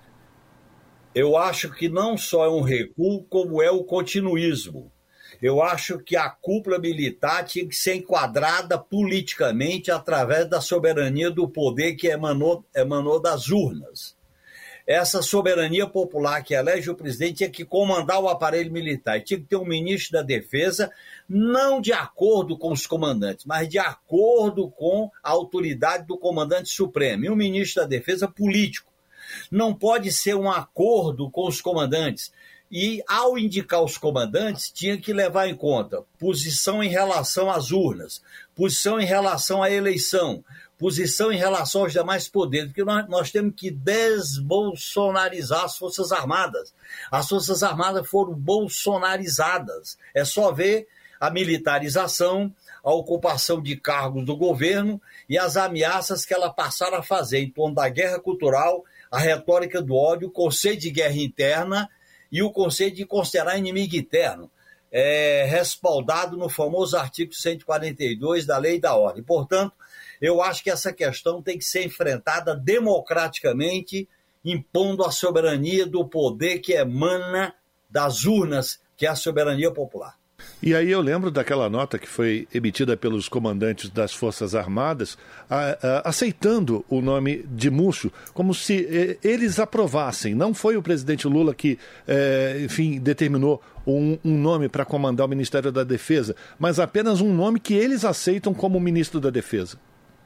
Speaker 9: Eu acho que não só é um recuo, como é o continuismo. Eu acho que a cúpula militar tinha que ser enquadrada politicamente através da soberania do poder que emanou das urnas. Essa soberania popular que elege o presidente tinha que comandar o aparelho militar. Tinha que ter um ministro da Defesa, não de acordo com os comandantes, mas de acordo com a autoridade do comandante supremo. E um ministro da Defesa político. Não pode ser um acordo com os comandantes. E, ao indicar os comandantes, tinha que levar em conta posição em relação às urnas, posição em relação à eleição, posição em relação aos demais poderes, porque nós temos que desbolsonarizar as Forças Armadas. As Forças Armadas foram bolsonarizadas. É só ver a militarização, a ocupação de cargos do governo e as ameaças que ela passaram a fazer em torno da guerra cultural, a retórica do ódio, o conceito de guerra interna e o conceito de considerar inimigo interno, respaldado no famoso artigo 142 da Lei da Ordem. Portanto, eu acho que essa questão tem que ser enfrentada democraticamente, impondo a soberania do poder que emana das urnas, que é a soberania popular.
Speaker 5: E aí eu lembro daquela nota que foi emitida pelos comandantes das Forças Armadas, aceitando o nome de Múcio, como se eles aprovassem. Não foi o presidente Lula que, determinou um nome para comandar o Ministério da Defesa, mas apenas um nome que eles aceitam como ministro da Defesa.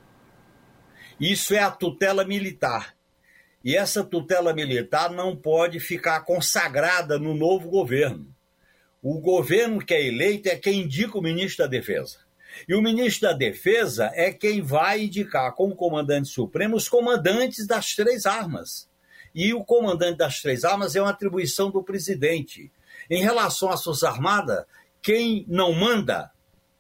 Speaker 9: Isso é a tutela militar. E essa tutela militar não pode ficar consagrada no novo governo. O governo que é eleito é quem indica o ministro da Defesa. E o ministro da Defesa é quem vai indicar como comandante supremo os comandantes das 3 armas. E o comandante das 3 armas é uma atribuição do presidente. Em relação às Forças Armadas, quem não manda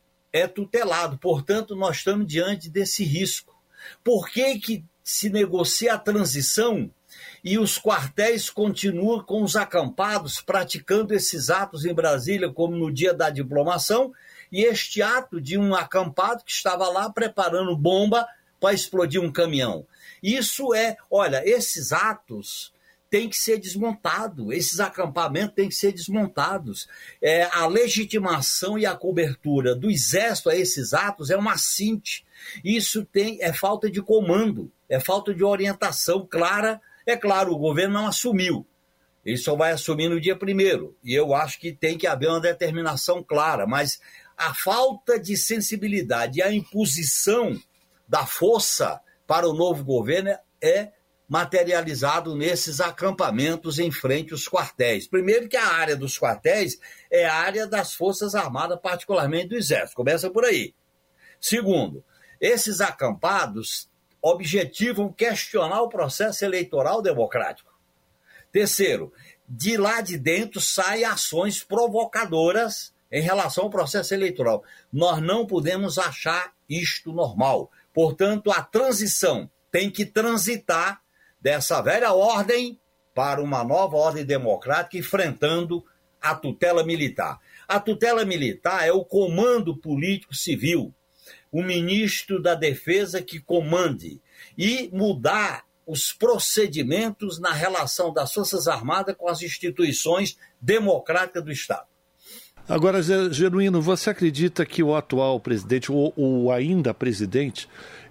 Speaker 9: é tutelado. Portanto, nós estamos diante desse risco. Por que se negocia a transição e os quartéis continuam com os acampados praticando esses atos em Brasília, como no dia da diplomação, e este ato de um acampado que estava lá preparando bomba para explodir um caminhão? Isso esses atos têm que ser desmontados, esses acampamentos têm que ser desmontados. A legitimação e a cobertura do Exército a esses atos é uma assinte. Isso é falta de comando, é falta de orientação clara. É claro, o governo não assumiu, ele só vai assumir no dia 1º, e eu acho que tem que haver uma determinação clara, mas a falta de sensibilidade e a imposição da força para o novo governo é materializado nesses acampamentos em frente aos quartéis. Primeiro que a área dos quartéis é a área das Forças Armadas, particularmente do Exército, começa por aí. Segundo, esses acampados objetivam questionar o processo eleitoral democrático. Terceiro, de lá de dentro saem ações provocadoras em relação ao processo eleitoral. Nós não podemos achar isto normal. Portanto, a transição tem que transitar dessa velha ordem para uma nova ordem democrática, enfrentando a tutela militar. A tutela militar é o comando político civil, o ministro da Defesa que comande, e mudar os procedimentos na relação das Forças Armadas com as instituições democráticas do Estado.
Speaker 5: Agora, Genuíno, você acredita que o atual presidente, ou ainda presidente,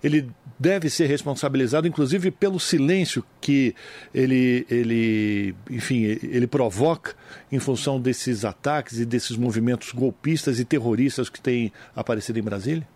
Speaker 5: ele deve ser responsabilizado, inclusive, pelo silêncio que ele provoca em função desses ataques e desses movimentos golpistas e terroristas que têm aparecido em Brasília?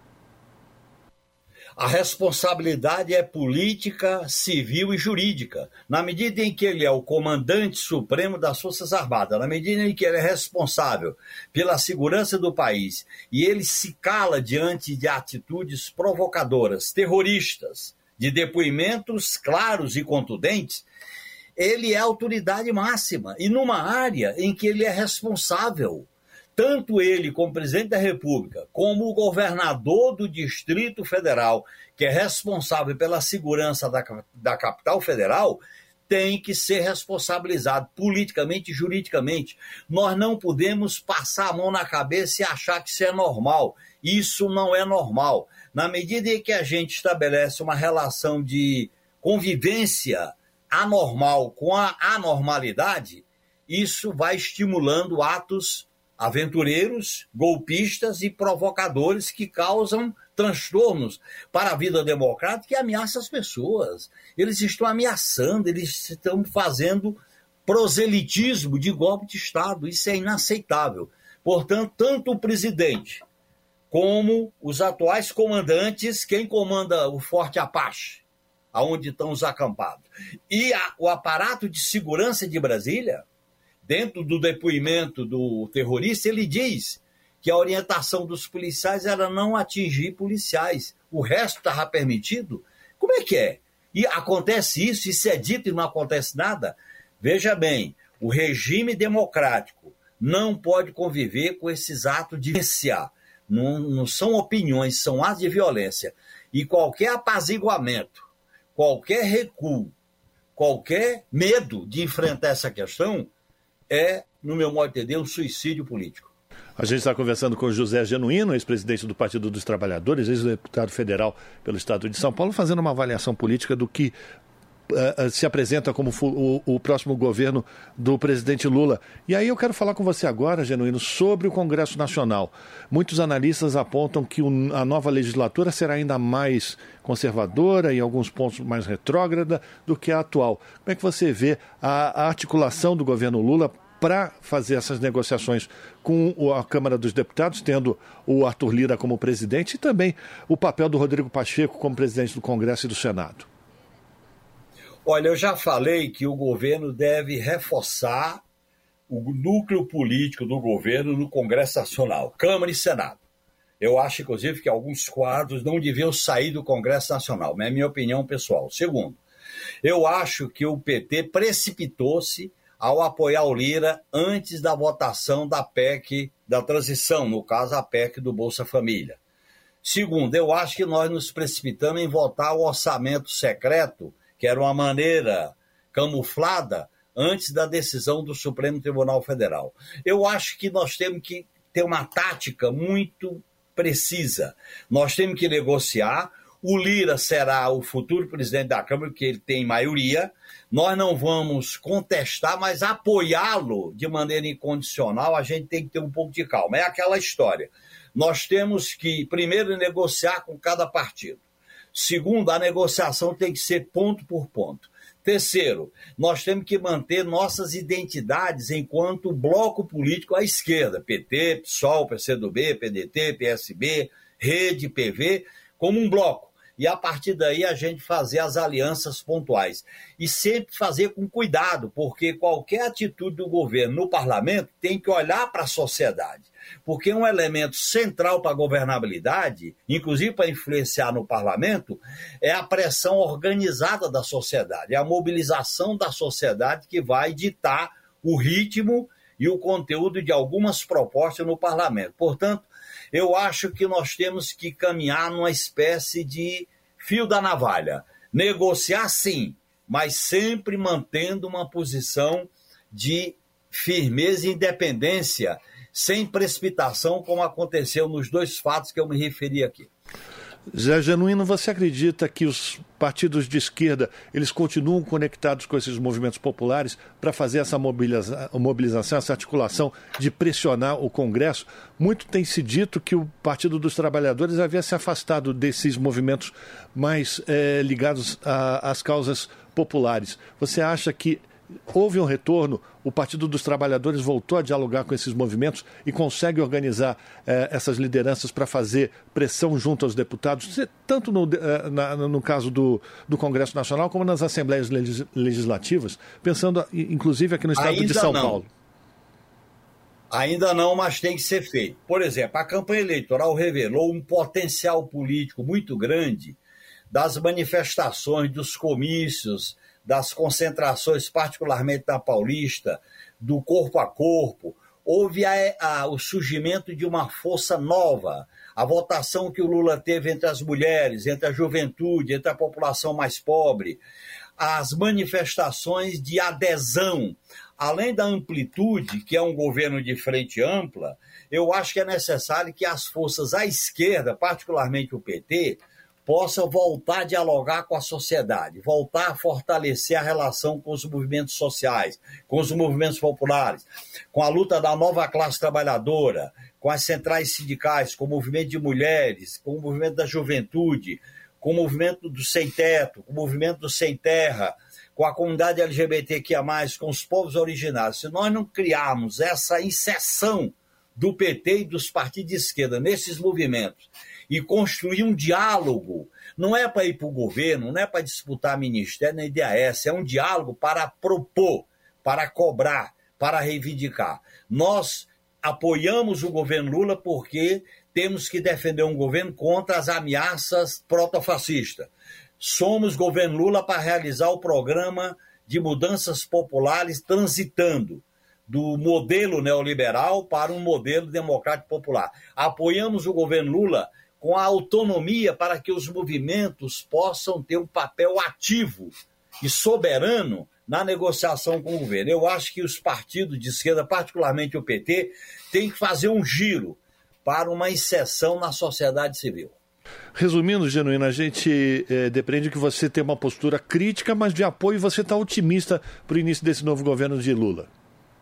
Speaker 9: A responsabilidade é política, civil e jurídica. Na medida em que ele é o comandante supremo das Forças Armadas, na medida em que ele é responsável pela segurança do país e ele se cala diante de atitudes provocadoras, terroristas, de depoimentos claros e contundentes, ele é a autoridade máxima e numa área em que ele é responsável. Tanto ele, como presidente da República, como o governador do Distrito Federal, que é responsável pela segurança da capital federal, tem que ser responsabilizado politicamente e juridicamente. Nós não podemos passar a mão na cabeça e achar que isso é normal. Isso não é normal. Na medida em que a gente estabelece uma relação de convivência anormal com a anormalidade, isso vai estimulando atos aventureiros, golpistas e provocadores que causam transtornos para a vida democrática e ameaçam as pessoas. Eles estão ameaçando, eles estão fazendo proselitismo de golpe de Estado. Isso é inaceitável. Portanto, tanto o presidente como os atuais comandantes, quem comanda o Forte Apache, aonde estão os acampados, e o aparato de segurança de Brasília, dentro do depoimento do terrorista, ele diz que a orientação dos policiais era não atingir policiais. O resto estava permitido? Como é que é? E acontece isso é dito e não acontece nada? Veja bem, o regime democrático não pode conviver com esses atos de violência. Não são opiniões, são atos de violência. E qualquer apaziguamento, qualquer recuo, qualquer medo de enfrentar essa questão é, no meu modo de entender, um suicídio político.
Speaker 5: A gente está conversando com o José Genuíno, ex-presidente do Partido dos Trabalhadores, ex-deputado federal pelo Estado de São Paulo, fazendo uma avaliação política do que se apresenta como o próximo governo do presidente Lula. E aí eu quero falar com você agora, Genuíno, sobre o Congresso Nacional. Muitos analistas apontam que a nova legislatura será ainda mais conservadora, em alguns pontos mais retrógrada do que a atual. Como é que você vê a articulação do governo Lula para fazer essas negociações com a Câmara dos Deputados, tendo o Arthur Lira como presidente, e também o papel do Rodrigo Pacheco como presidente do Congresso e do Senado?
Speaker 9: Olha, eu já falei que o governo deve reforçar o núcleo político do governo no Congresso Nacional, Câmara e Senado. Eu acho, inclusive, que alguns quadros não deviam sair do Congresso Nacional, mas é minha opinião pessoal. Segundo, eu acho que o PT precipitou-se ao apoiar o Lira antes da votação da PEC da transição, no caso a PEC do Bolsa Família. Segundo, eu acho que nós nos precipitamos em votar o orçamento secreto, que era uma maneira camuflada antes da decisão do Supremo Tribunal Federal. Eu acho que nós temos que ter uma tática muito precisa. Nós temos que negociar. O Lira será o futuro presidente da Câmara, porque ele tem maioria. Nós não vamos contestar, mas apoiá-lo de maneira incondicional, a gente tem que ter um pouco de calma. É aquela história. Nós temos que, primeiro, negociar com cada partido. Segundo, a negociação tem que ser ponto por ponto. Terceiro, nós temos que manter nossas identidades enquanto bloco político à esquerda, PT, PSOL, PCdoB, PDT, PSB, Rede, PV, como um bloco. E a partir daí a gente fazer as alianças pontuais. E sempre fazer com cuidado, porque qualquer atitude do governo no parlamento tem que olhar para a sociedade. Porque um elemento central para a governabilidade, inclusive para influenciar no parlamento, é a pressão organizada da sociedade, é a mobilização da sociedade que vai ditar o ritmo e o conteúdo de algumas propostas no parlamento. Portanto, eu acho que nós temos que caminhar numa espécie de fio da navalha. Negociar sim, mas sempre mantendo uma posição de firmeza e independência, sem precipitação, como aconteceu nos dois fatos que eu me referi aqui.
Speaker 5: Zé Genuíno, você acredita que os partidos de esquerda eles continuam conectados com esses movimentos populares para fazer essa mobilização, essa articulação de pressionar o Congresso? Muito tem se dito que o Partido dos Trabalhadores havia se afastado desses movimentos mais ligados às causas populares. Você acha que houve um retorno, o Partido dos Trabalhadores voltou a dialogar com esses movimentos e consegue organizar essas lideranças para fazer pressão junto aos deputados, tanto no caso do Congresso Nacional como nas Assembleias Legislativas, pensando inclusive aqui no estado de São Paulo?
Speaker 9: Ainda não, mas tem que ser feito. Por exemplo, a campanha eleitoral revelou um potencial político muito grande das manifestações, dos comícios, das concentrações, particularmente na Paulista, do corpo a corpo. Houve o surgimento de uma força nova. A votação que o Lula teve entre as mulheres, entre a juventude, entre a população mais pobre. As manifestações de adesão. Além da amplitude, que é um governo de frente ampla, eu acho que é necessário que as forças à esquerda, particularmente o PT, possa voltar a dialogar com a sociedade, voltar a fortalecer a relação com os movimentos sociais, com os movimentos populares, com a luta da nova classe trabalhadora, com as centrais sindicais, com o movimento de mulheres, com o movimento da juventude, com o movimento do sem-teto, com o movimento do sem-terra, com a comunidade LGBTQIA+, com os povos originários. Se nós não criarmos essa inserção do PT e dos partidos de esquerda nesses movimentos, e construir um diálogo, não é para ir para o governo, não é para disputar ministério nem DAS, é um diálogo para propor, para cobrar, para reivindicar. Nós apoiamos o governo Lula porque temos que defender um governo contra as ameaças protofascistas. Somos governo Lula para realizar o programa de mudanças populares transitando do modelo neoliberal para um modelo democrático popular. Apoiamos o governo Lula com a autonomia para que os movimentos possam ter um papel ativo e soberano na negociação com o governo. Eu acho que os partidos de esquerda, particularmente o PT, têm que fazer um giro para uma inserção na sociedade civil.
Speaker 5: Resumindo, Genuíno, a gente depreende que você tem uma postura crítica, mas de apoio, e você está otimista para o início desse novo governo de Lula.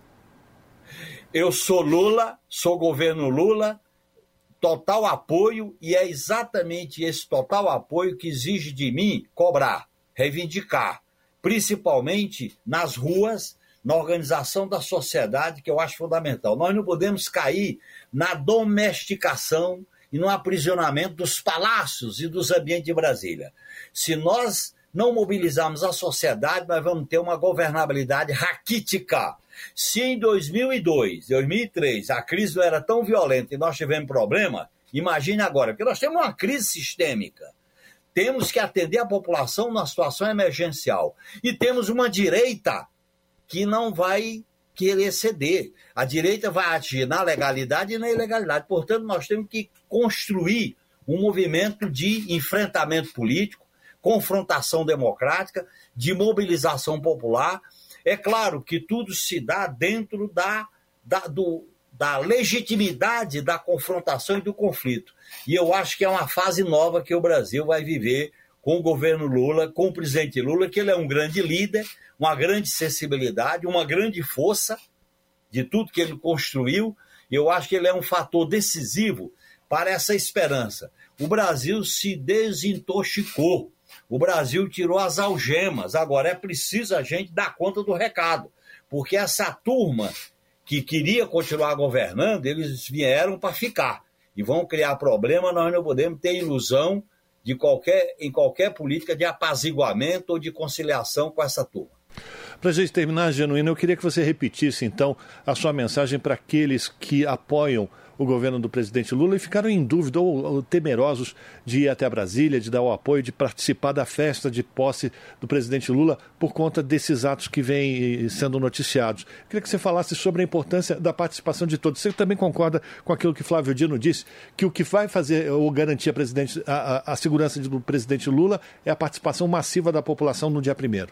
Speaker 9: Eu sou Lula, sou governo Lula, total apoio, e é exatamente esse total apoio que exige de mim cobrar, reivindicar, principalmente nas ruas, na organização da sociedade, que eu acho fundamental. Nós não podemos cair na domesticação e no aprisionamento dos palácios e dos ambientes de Brasília. Se nós não mobilizarmos a sociedade, nós vamos ter uma governabilidade raquítica. Se em 2002, 2003, a crise não era tão violenta e nós tivemos problema, imagine agora, porque nós temos uma crise sistêmica. Temos que atender a população numa situação emergencial. E temos uma direita que não vai querer ceder. A direita vai agir na legalidade e na ilegalidade. Portanto, nós temos que construir um movimento de enfrentamento político, confrontação democrática, de mobilização popular. É claro que tudo se dá dentro da legitimidade da confrontação e do conflito. E eu acho que é uma fase nova que o Brasil vai viver com o governo Lula, com o presidente Lula, que ele é um grande líder, uma grande sensibilidade, uma grande força de tudo que ele construiu. E eu acho que ele é um fator decisivo para essa esperança. O Brasil se desintoxicou. O Brasil tirou as algemas. Agora é preciso a gente dar conta do recado, porque essa turma que queria continuar governando, eles vieram para ficar e vão criar problema. Nós não podemos ter ilusão em qualquer política de apaziguamento ou de conciliação com essa turma.
Speaker 5: Para a gente terminar, Genuíno, eu queria que você repetisse, então, a sua mensagem para aqueles que apoiam o governo do presidente Lula e ficaram em dúvida ou temerosos de ir até Brasília, de dar o apoio, de participar da festa de posse do presidente Lula por conta desses atos que vêm sendo noticiados. Eu queria que você falasse sobre a importância da participação de todos. Você também concorda com aquilo que Flávio Dino disse, que o que vai fazer ou garantir a segurança do presidente Lula é a participação massiva da população no dia 1º?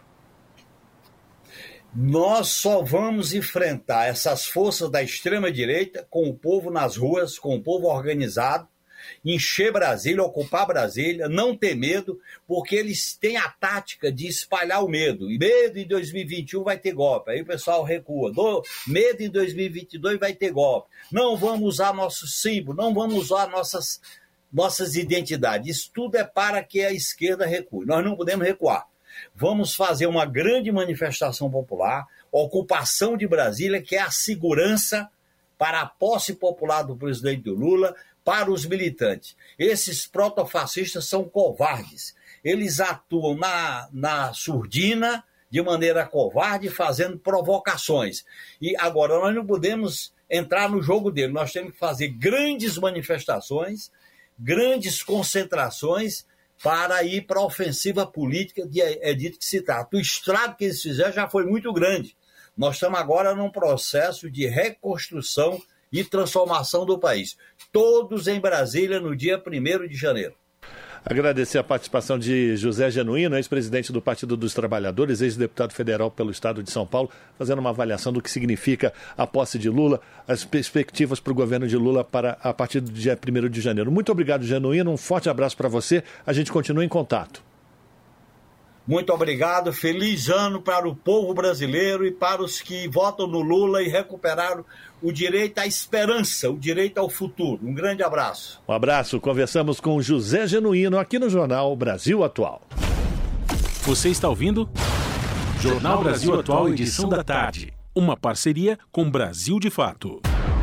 Speaker 9: Nós só vamos enfrentar essas forças da extrema-direita com o povo nas ruas, com o povo organizado, encher Brasília, ocupar Brasília, não ter medo, porque eles têm a tática de espalhar o medo. E medo em 2021 vai ter golpe. Aí o pessoal recua. Medo em 2022 vai ter golpe. Não vamos usar nosso símbolo, não vamos usar nossas identidades. Isso tudo é para que a esquerda recue. Nós não podemos recuar. Vamos fazer uma grande manifestação popular, ocupação de Brasília, que é a segurança para a posse popular do presidente Lula, para os militantes. Esses protofascistas são covardes. Eles atuam na surdina, de maneira covarde, fazendo provocações. E agora nós não podemos entrar no jogo dele. Nós temos que fazer grandes manifestações, grandes concentrações, para ir para a ofensiva política de Edito que se trata. O estrago que eles fizeram já foi muito grande. Nós estamos agora num processo de reconstrução e transformação do país. Todos em Brasília no dia 1º de janeiro.
Speaker 5: Agradecer a participação de José Genuíno, ex-presidente do Partido dos Trabalhadores, ex-deputado federal pelo Estado de São Paulo, fazendo uma avaliação do que significa a posse de Lula, as perspectivas para o governo de Lula a partir do dia 1º de janeiro. Muito obrigado, Genuíno, um forte abraço para você, a gente continua em contato.
Speaker 9: Muito obrigado, feliz ano para o povo brasileiro e para os que votam no Lula e recuperaram o direito à esperança, o direito ao futuro. Um grande abraço.
Speaker 5: Um abraço, conversamos com José Genuíno aqui no Jornal Brasil Atual.
Speaker 2: Você está ouvindo? Jornal Brasil Atual, edição da tarde. Uma parceria com Brasil de Fato.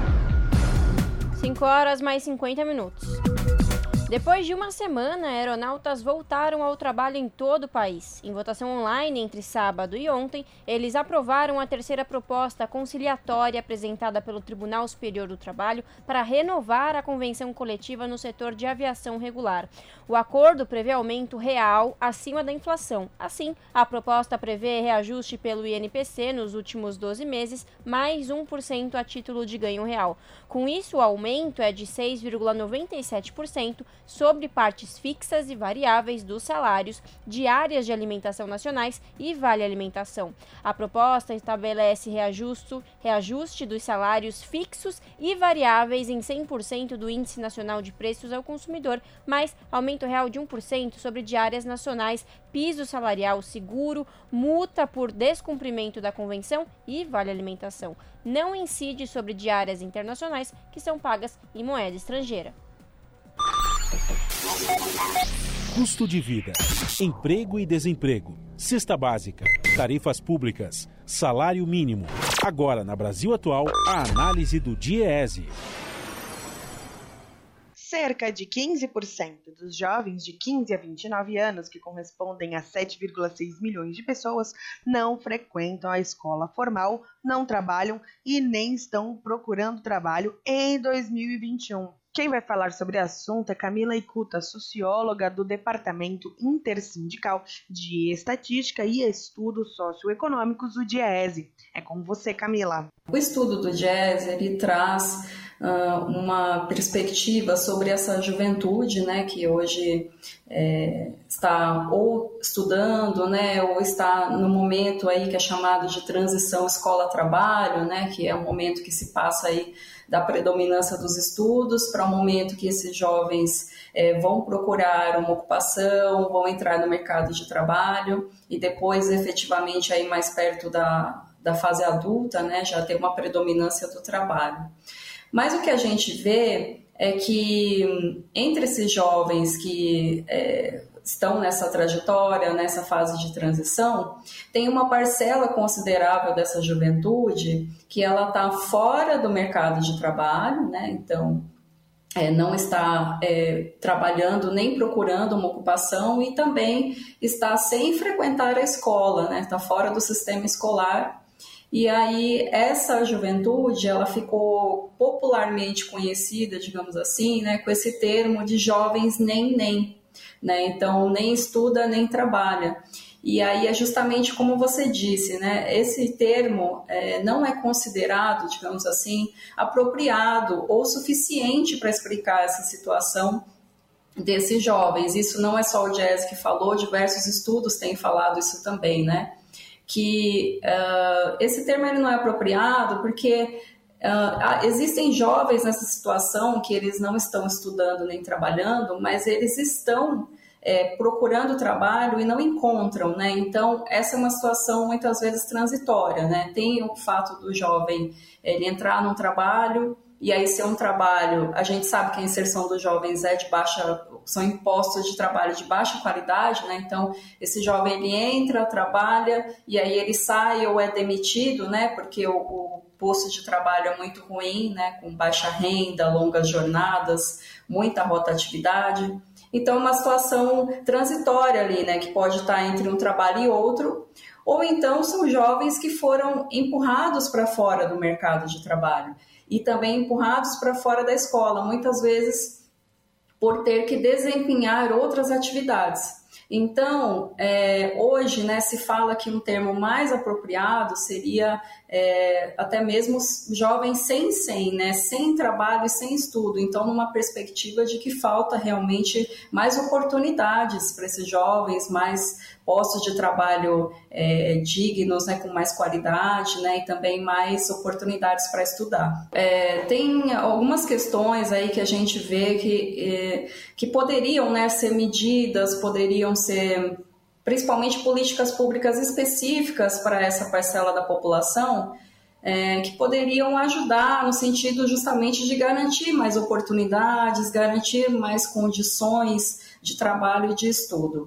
Speaker 8: 5h mais 50 minutos. Depois de uma semana, aeronautas voltaram ao trabalho em todo o país. Em votação online entre sábado e ontem, eles aprovaram a terceira proposta conciliatória apresentada pelo Tribunal Superior do Trabalho para renovar a convenção coletiva no setor de aviação regular. O acordo prevê aumento real acima da inflação. Assim, a proposta prevê reajuste pelo INPC nos últimos 12 meses, mais 1% a título de ganho real. Com isso, o aumento é de 6,97% sobre partes fixas e variáveis dos salários, diárias de alimentação nacionais e vale alimentação. A proposta estabelece reajuste dos salários fixos e variáveis em 100% do Índice Nacional de Preços ao Consumidor, mais aumento real de 1% sobre diárias nacionais, piso salarial seguro, multa por descumprimento da convenção e vale alimentação. Não incide sobre diárias internacionais que são pagas em moeda estrangeira.
Speaker 2: Custo de vida, emprego e desemprego, cesta básica, tarifas públicas, salário mínimo. Agora, na Brasil Atual, a análise do DIEESE.
Speaker 10: Cerca de 15% dos jovens de 15 a 29 anos, que correspondem a 7,6 milhões de pessoas, não frequentam a escola formal, não trabalham e nem estão procurando trabalho em 2021. Quem vai falar sobre o assunto é Camila Ikuta, socióloga do Departamento Intersindical de Estatística e Estudos Socioeconômicos do DIEESE. É com você, Camila.
Speaker 11: O estudo do DIEESE, ele traz uma perspectiva sobre essa juventude, né, que hoje está ou estudando, né, ou está no momento aí que é chamado de transição escola-trabalho, né, que é um momento que se passa aí da predominância dos estudos para um momento que esses jovens vão procurar uma ocupação, vão entrar no mercado de trabalho e depois efetivamente aí mais perto da fase adulta, né, já tem uma predominância do trabalho. Mas o que a gente vê é que entre esses jovens que estão nessa trajetória, nessa fase de transição, tem uma parcela considerável dessa juventude que ela está fora do mercado de trabalho, né? Então não está trabalhando nem procurando uma ocupação e também está sem frequentar a escola, né? Está fora do sistema escolar. E aí essa juventude, ela ficou popularmente conhecida, digamos assim, né, com esse termo de jovens nem, né? Então nem estuda nem trabalha. E aí é justamente como você disse, né, esse termo não é considerado, digamos assim, apropriado ou suficiente para explicar essa situação desses jovens. Isso não é só o DIEESE que falou, diversos estudos têm falado isso também, né? Que esse termo ele não é apropriado porque Existem jovens nessa situação que eles não estão estudando nem trabalhando, mas eles estão procurando trabalho e não encontram, né? Então, essa é uma situação muitas vezes transitória, né? Tem o fato do jovem ele entrar num trabalho e aí ser um trabalho, a gente sabe que a inserção dos jovens são impostos de trabalho de baixa qualidade, né? Então, esse jovem ele entra, trabalha e aí ele sai ou é demitido, né? Porque o posto de trabalho é muito ruim, né? Com baixa renda, longas jornadas, muita rotatividade. Então, é uma situação transitória ali, né, que pode estar entre um trabalho e outro, ou então são jovens que foram empurrados para fora do mercado de trabalho e também empurrados para fora da escola, muitas vezes por ter que desempenhar outras atividades. Então, hoje, né, se fala que um termo mais apropriado seria até mesmo jovens sem trabalho e sem estudo. Então, numa perspectiva de que falta realmente mais oportunidades para esses jovens, mais postos de trabalho dignos, né, com mais qualidade, né, e também mais oportunidades para estudar. Tem algumas questões aí que a gente vê que poderiam, né, ser medidas, poderiam ser principalmente políticas públicas específicas para essa parcela da população, que poderiam ajudar no sentido justamente de garantir mais oportunidades, garantir mais condições de trabalho e de estudo.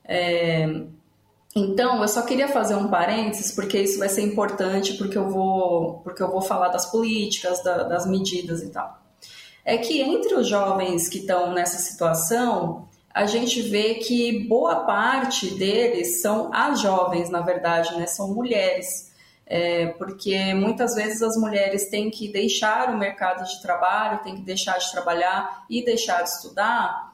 Speaker 11: Então, eu só queria fazer um parênteses, porque isso vai ser importante, porque eu vou falar das políticas, das medidas e tal. É que entre os jovens que estão nessa situação, a gente vê que boa parte deles são as jovens, na verdade, né? São mulheres, porque muitas vezes as mulheres têm que deixar o mercado de trabalho, têm que deixar de trabalhar e deixar de estudar.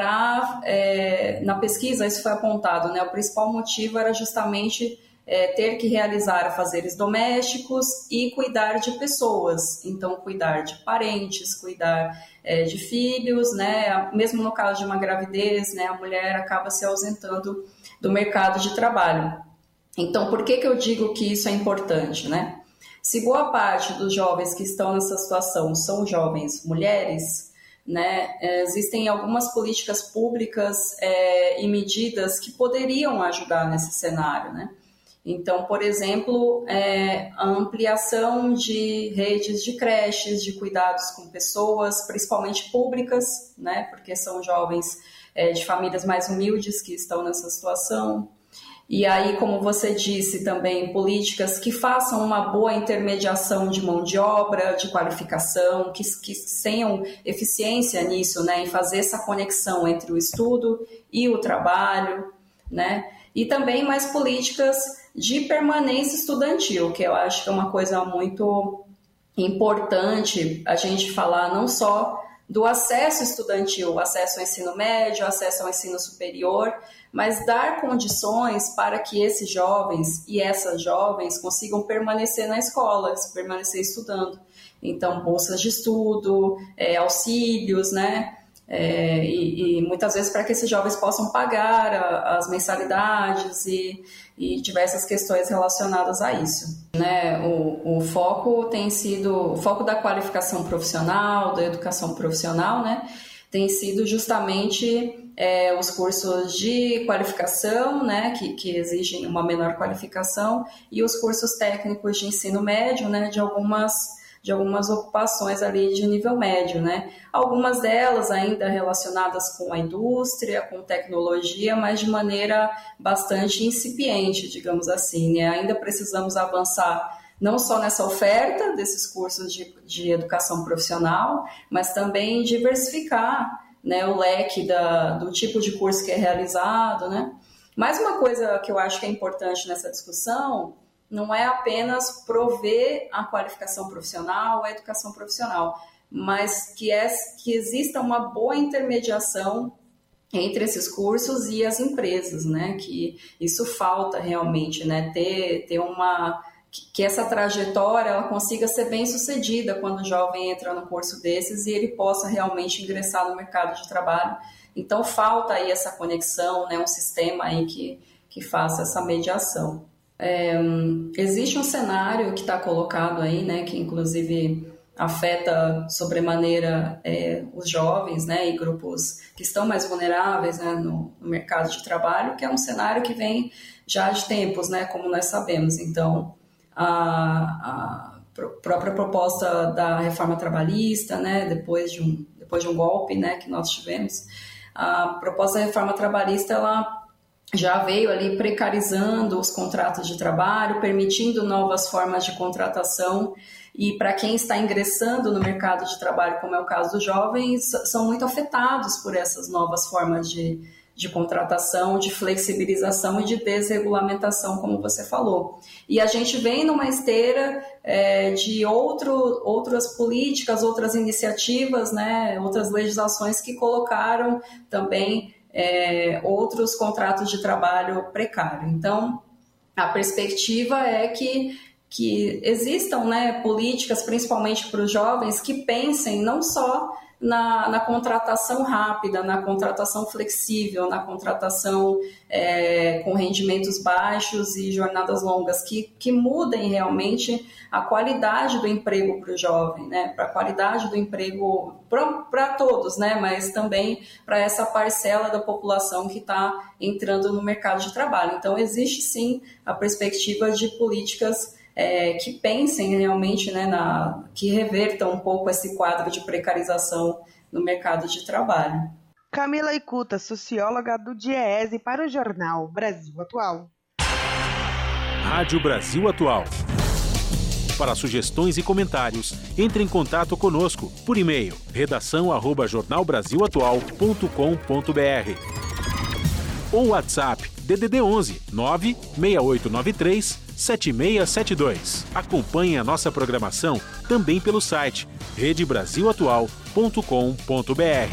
Speaker 11: Na pesquisa isso foi apontado, né? O principal motivo era justamente ter que realizar afazeres domésticos e cuidar de pessoas, então cuidar de parentes, cuidar de filhos, né? Mesmo no caso de uma gravidez, né? A mulher acaba se ausentando do mercado de trabalho. Então, por que eu digo que isso é importante, né? Se boa parte dos jovens que estão nessa situação são jovens mulheres, né, existem algumas políticas públicas e medidas que poderiam ajudar nesse cenário, né? Então, por exemplo, a ampliação de redes de creches, de cuidados com pessoas, principalmente públicas, né, porque são jovens de famílias mais humildes que estão nessa situação. E aí, como você disse também, políticas que façam uma boa intermediação de mão de obra, de qualificação, que tenham eficiência nisso, né, em fazer essa conexão entre o estudo e o trabalho, né, e também mais políticas de permanência estudantil, que eu acho que é uma coisa muito importante a gente falar não só do acesso estudantil, acesso ao ensino médio, acesso ao ensino superior, mas dar condições para que esses jovens e essas jovens consigam permanecer na escola, permanecer estudando. Então, bolsas de estudo, auxílios, né? E muitas vezes para que esses jovens possam pagar as mensalidades e diversas questões relacionadas a isso, né? O foco tem sido, o foco da qualificação profissional, da educação profissional, né? Tem sido justamente os cursos de qualificação, né? Que exigem uma menor qualificação, e os cursos técnicos de ensino médio, né? De algumas ocupações ali de nível médio, né? Algumas delas ainda relacionadas com a indústria, com tecnologia, mas de maneira bastante incipiente, digamos assim, né? Ainda precisamos avançar não só nessa oferta desses cursos de educação profissional, mas também diversificar, né, o leque do tipo de curso que é realizado, né? Mais uma coisa que eu acho que é importante nessa discussão não é apenas prover a qualificação profissional, a educação profissional, mas que exista uma boa intermediação entre esses cursos e as empresas, né? Que isso falta realmente, né? Que essa trajetória ela consiga ser bem sucedida quando o jovem entra num curso desses e ele possa realmente ingressar no mercado de trabalho. Então falta aí essa conexão, né? Um sistema aí que faça essa mediação. Existe um cenário que está colocado aí, né, que inclusive afeta sobremaneira os jovens, né, e grupos que estão mais vulneráveis, né, no mercado de trabalho, que é um cenário que vem já de tempos, né, como nós sabemos. Então, a própria proposta da reforma trabalhista, né, depois de um golpe, né, que nós tivemos, a proposta da reforma trabalhista, ela já veio ali precarizando os contratos de trabalho, permitindo novas formas de contratação, e para quem está ingressando no mercado de trabalho, como é o caso dos jovens, são muito afetados por essas novas formas de contratação, de flexibilização e de desregulamentação, como você falou. E a gente vem numa esteira de outras políticas, outras iniciativas, né, outras legislações que colocaram também outros contratos de trabalho precário. Então, a perspectiva é que existam, né, políticas, principalmente para os jovens, que pensem não só na contratação rápida, na contratação flexível, na contratação com rendimentos baixos e jornadas longas, que mudem realmente a qualidade do emprego para o jovem, né? Para a qualidade do emprego para todos, né? Mas também para essa parcela da população que está entrando no mercado de trabalho. Então, existe sim a perspectiva de políticas que pensem realmente, né, que revertam um pouco esse quadro de precarização no mercado de trabalho.
Speaker 10: Camila Ikuta, socióloga do DIEESE, para o Jornal Brasil Atual.
Speaker 2: Rádio Brasil Atual. Para sugestões e comentários, entre em contato conosco por e-mail redação@jornalbrasilatual.com.br ou WhatsApp DDD 11 96893 7672. Acompanhe a nossa programação também pelo site redebrasilatual.com.br.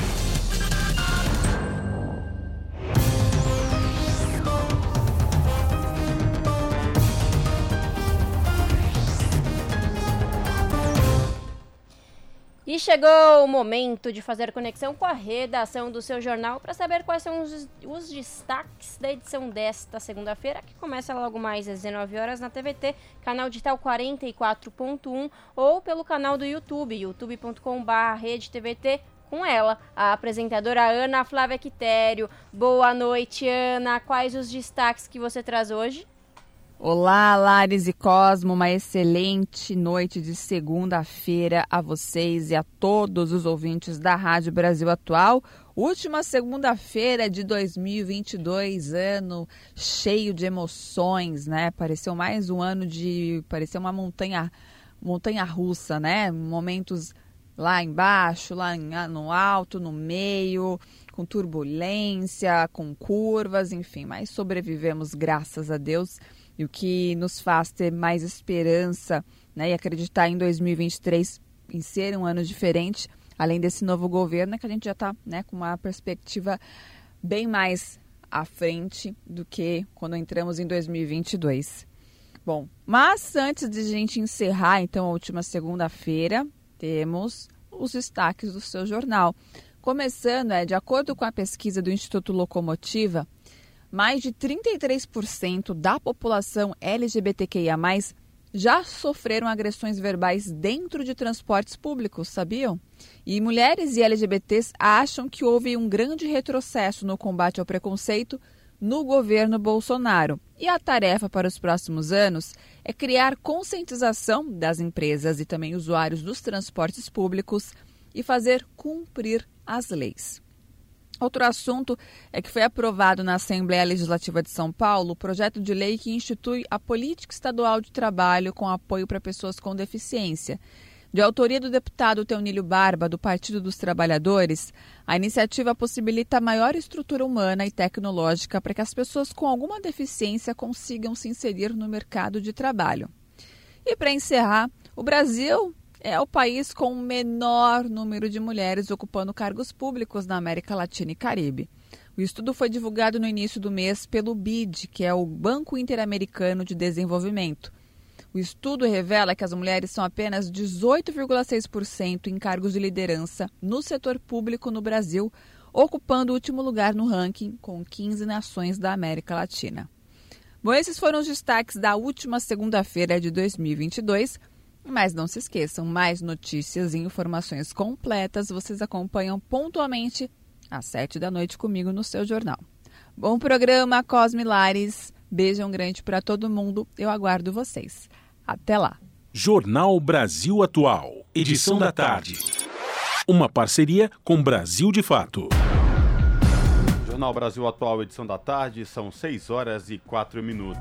Speaker 3: E chegou o momento de fazer conexão com a redação do seu jornal para saber quais são os destaques da edição desta segunda-feira, que começa logo mais às 19 horas na TVT, canal digital 44.1 ou pelo canal do YouTube, youtube.com/redetvt, com ela, a apresentadora Ana Flávia Quitério. Boa noite, Ana. Quais os destaques que você traz hoje?
Speaker 12: Olá, Lares e Cosmo, uma excelente noite de segunda-feira a vocês e a todos os ouvintes da Rádio Brasil Atual. Última segunda-feira de 2022, ano cheio de emoções, né? Pareceu mais um ano pareceu uma montanha russa, né? Momentos lá embaixo, no alto, no meio, com turbulência, com curvas, enfim, mas sobrevivemos, graças a Deus. E o que nos faz ter mais esperança, né, e acreditar em 2023 em ser um ano diferente, além desse novo governo, é que a gente já está, né, com uma perspectiva bem mais à frente do que quando entramos em 2022. Bom, mas antes de a gente encerrar, então, a última segunda-feira, temos os destaques do seu jornal. Começando, de acordo com a pesquisa do Instituto Locomotiva, mais de 33% da população LGBTQIA+, já sofreram agressões verbais dentro de transportes públicos, sabiam? E mulheres e LGBTs acham que houve um grande retrocesso no combate ao preconceito no governo Bolsonaro. E a tarefa para os próximos anos é criar conscientização das empresas e também usuários dos transportes públicos e fazer cumprir as leis. Outro assunto é que foi aprovado na Assembleia Legislativa de São Paulo o projeto de lei que institui a Política Estadual de Trabalho com apoio para pessoas com deficiência. De autoria do deputado Teonílio Barba, do Partido dos Trabalhadores, a iniciativa possibilita maior estrutura humana e tecnológica para que as pessoas com alguma deficiência consigam se inserir no mercado de trabalho. E para encerrar, o Brasil é o país com o menor número de mulheres ocupando cargos públicos na América Latina e Caribe. O estudo foi divulgado no início do mês pelo BID, que é o Banco Interamericano de Desenvolvimento. O estudo revela que as mulheres são apenas 18,6% em cargos de liderança no setor público no Brasil, ocupando o último lugar no ranking com 15 nações da América Latina. Bom, esses foram os destaques da última segunda-feira de 2022. Mas não se esqueçam, mais notícias e informações completas vocês acompanham pontualmente às 7h comigo no seu jornal. Bom programa, Cosme Lares. Beijão grande para todo mundo. Eu aguardo vocês. Até lá.
Speaker 2: Jornal Brasil Atual, edição da tarde. Uma parceria com Brasil de Fato.
Speaker 1: Jornal Brasil Atual, edição da tarde, são 6h04.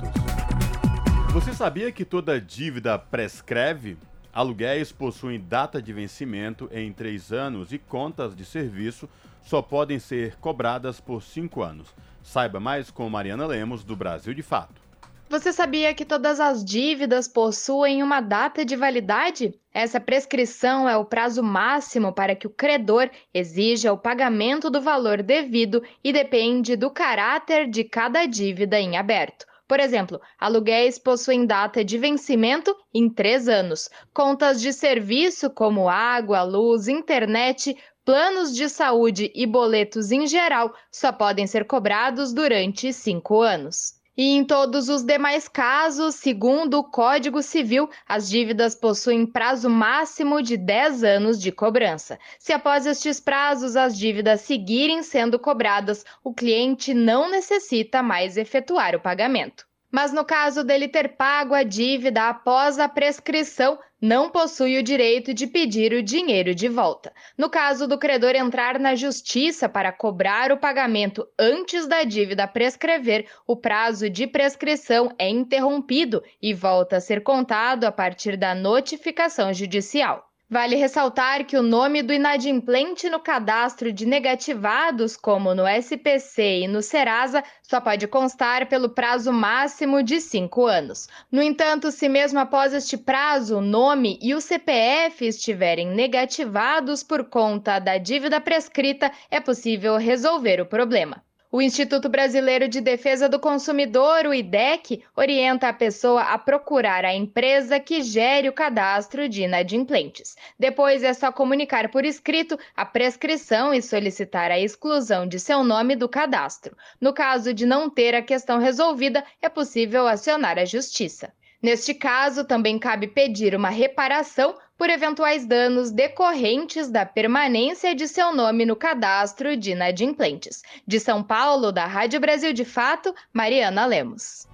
Speaker 1: Você sabia que toda dívida prescreve? Aluguéis possuem data de vencimento em 3 anos e contas de serviço só podem ser cobradas por 5 anos. Saiba mais com Mariana Lemos, do Brasil de Fato.
Speaker 13: Você sabia que todas as dívidas possuem uma data de validade? Essa prescrição é o prazo máximo para que o credor exija o pagamento do valor devido e depende do caráter de cada dívida em aberto. Por exemplo, aluguéis possuem data de vencimento em 3 anos. Contas de serviço como água, luz, internet, planos de saúde e boletos em geral só podem ser cobrados durante 5 anos. E em todos os demais casos, segundo o Código Civil, as dívidas possuem prazo máximo de 10 anos de cobrança. Se após estes prazos as dívidas seguirem sendo cobradas, o cliente não necessita mais efetuar o pagamento. Mas no caso dele ter pago a dívida após a prescrição, não possui o direito de pedir o dinheiro de volta. No caso do credor entrar na justiça para cobrar o pagamento antes da dívida prescrever, o prazo de prescrição é interrompido e volta a ser contado a partir da notificação judicial. Vale ressaltar que o nome do inadimplente no cadastro de negativados, como no SPC e no Serasa, só pode constar pelo prazo máximo de 5 anos. No entanto, se mesmo após este prazo o nome e o CPF estiverem negativados por conta da dívida prescrita, é possível resolver o problema. O Instituto Brasileiro de Defesa do Consumidor, o IDEC, orienta a pessoa a procurar a empresa que gere o cadastro de inadimplentes. Depois é só comunicar por escrito a prescrição e solicitar a exclusão de seu nome do cadastro. No caso de não ter a questão resolvida, é possível acionar a Justiça. Neste caso, também cabe pedir uma reparação por eventuais danos decorrentes da permanência de seu nome no cadastro de inadimplentes. De São Paulo, da Rádio Brasil de Fato, Mariana Lemos.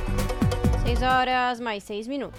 Speaker 8: 6h mais 6.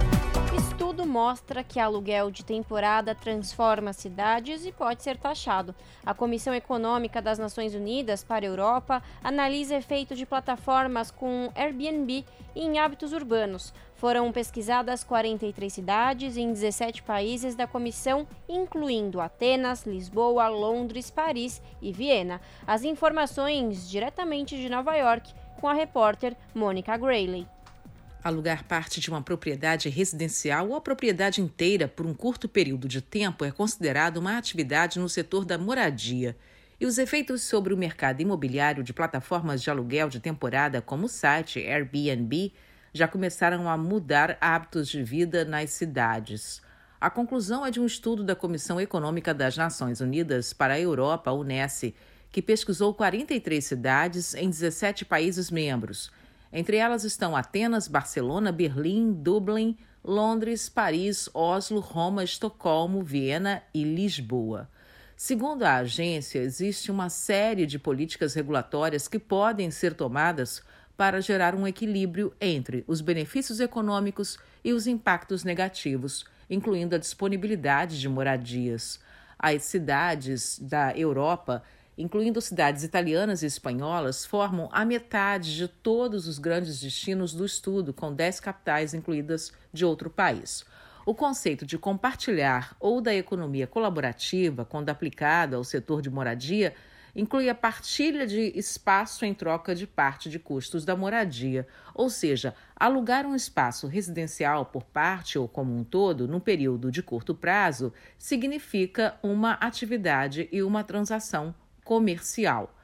Speaker 8: Estudo mostra que aluguel de temporada transforma cidades e pode ser taxado. A Comissão Econômica das Nações Unidas para a Europa analisa efeito de plataformas com Airbnb em hábitos urbanos. Foram pesquisadas 43 cidades em 17 países da comissão, incluindo Atenas, Lisboa, Londres, Paris e Viena. As informações diretamente de Nova York, com a repórter Mônica Grayley.
Speaker 14: Alugar parte de uma propriedade residencial ou a propriedade inteira por um curto período de tempo é considerado uma atividade no setor da moradia. E os efeitos sobre o mercado imobiliário de plataformas de aluguel de temporada como o site Airbnb já começaram a mudar hábitos de vida nas cidades. A conclusão é de um estudo da Comissão Econômica das Nações Unidas para a Europa, UNESC, que pesquisou 43 cidades em 17 países membros. Entre elas estão Atenas, Barcelona, Berlim, Dublin, Londres, Paris, Oslo, Roma, Estocolmo, Viena e Lisboa. Segundo a agência, existe uma série de políticas regulatórias que podem ser tomadas para gerar um equilíbrio entre os benefícios econômicos e os impactos negativos, incluindo a disponibilidade de moradias. As cidades da Europa, incluindo cidades italianas e espanholas, formam a metade de todos os grandes destinos do estudo, com 10 capitais incluídas de outro país. O conceito de compartilhar ou da economia colaborativa, quando aplicado ao setor de moradia, inclui a partilha de espaço em troca de parte de custos da moradia, ou seja, alugar um espaço residencial por parte ou como um todo, num período de curto prazo, significa uma atividade e uma transação comercial.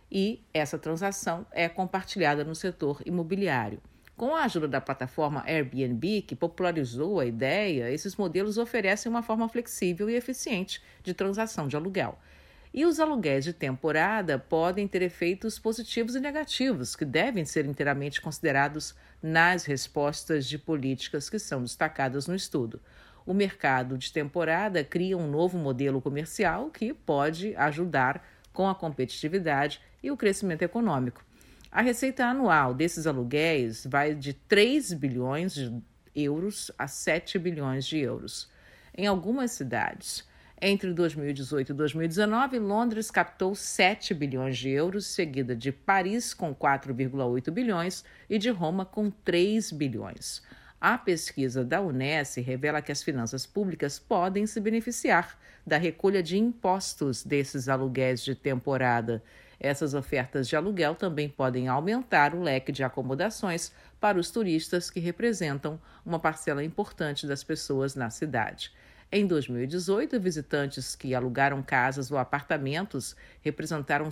Speaker 14: E essa transação é compartilhada no setor imobiliário. Com a ajuda da plataforma Airbnb, que popularizou a ideia, esses modelos oferecem uma forma flexível e eficiente de transação de aluguel. E os aluguéis de temporada podem ter efeitos positivos e negativos, que devem ser inteiramente considerados nas respostas de políticas que são destacadas no estudo. O mercado de temporada cria um novo modelo comercial que pode ajudar com a competitividade e o crescimento econômico. A receita anual desses aluguéis vai de 3 bilhões de euros a 7 bilhões de euros. Em algumas cidades, entre 2018 e 2019, Londres captou 7 bilhões de euros, seguida de Paris com 4,8 bilhões e de Roma com 3 bilhões. A pesquisa da Unesco revela que as finanças públicas podem se beneficiar da recolha de impostos desses aluguéis de temporada. Essas ofertas de aluguel também podem aumentar o leque de acomodações para os turistas, que representam uma parcela importante das pessoas na cidade. Em 2018, visitantes que alugaram casas ou apartamentos representaram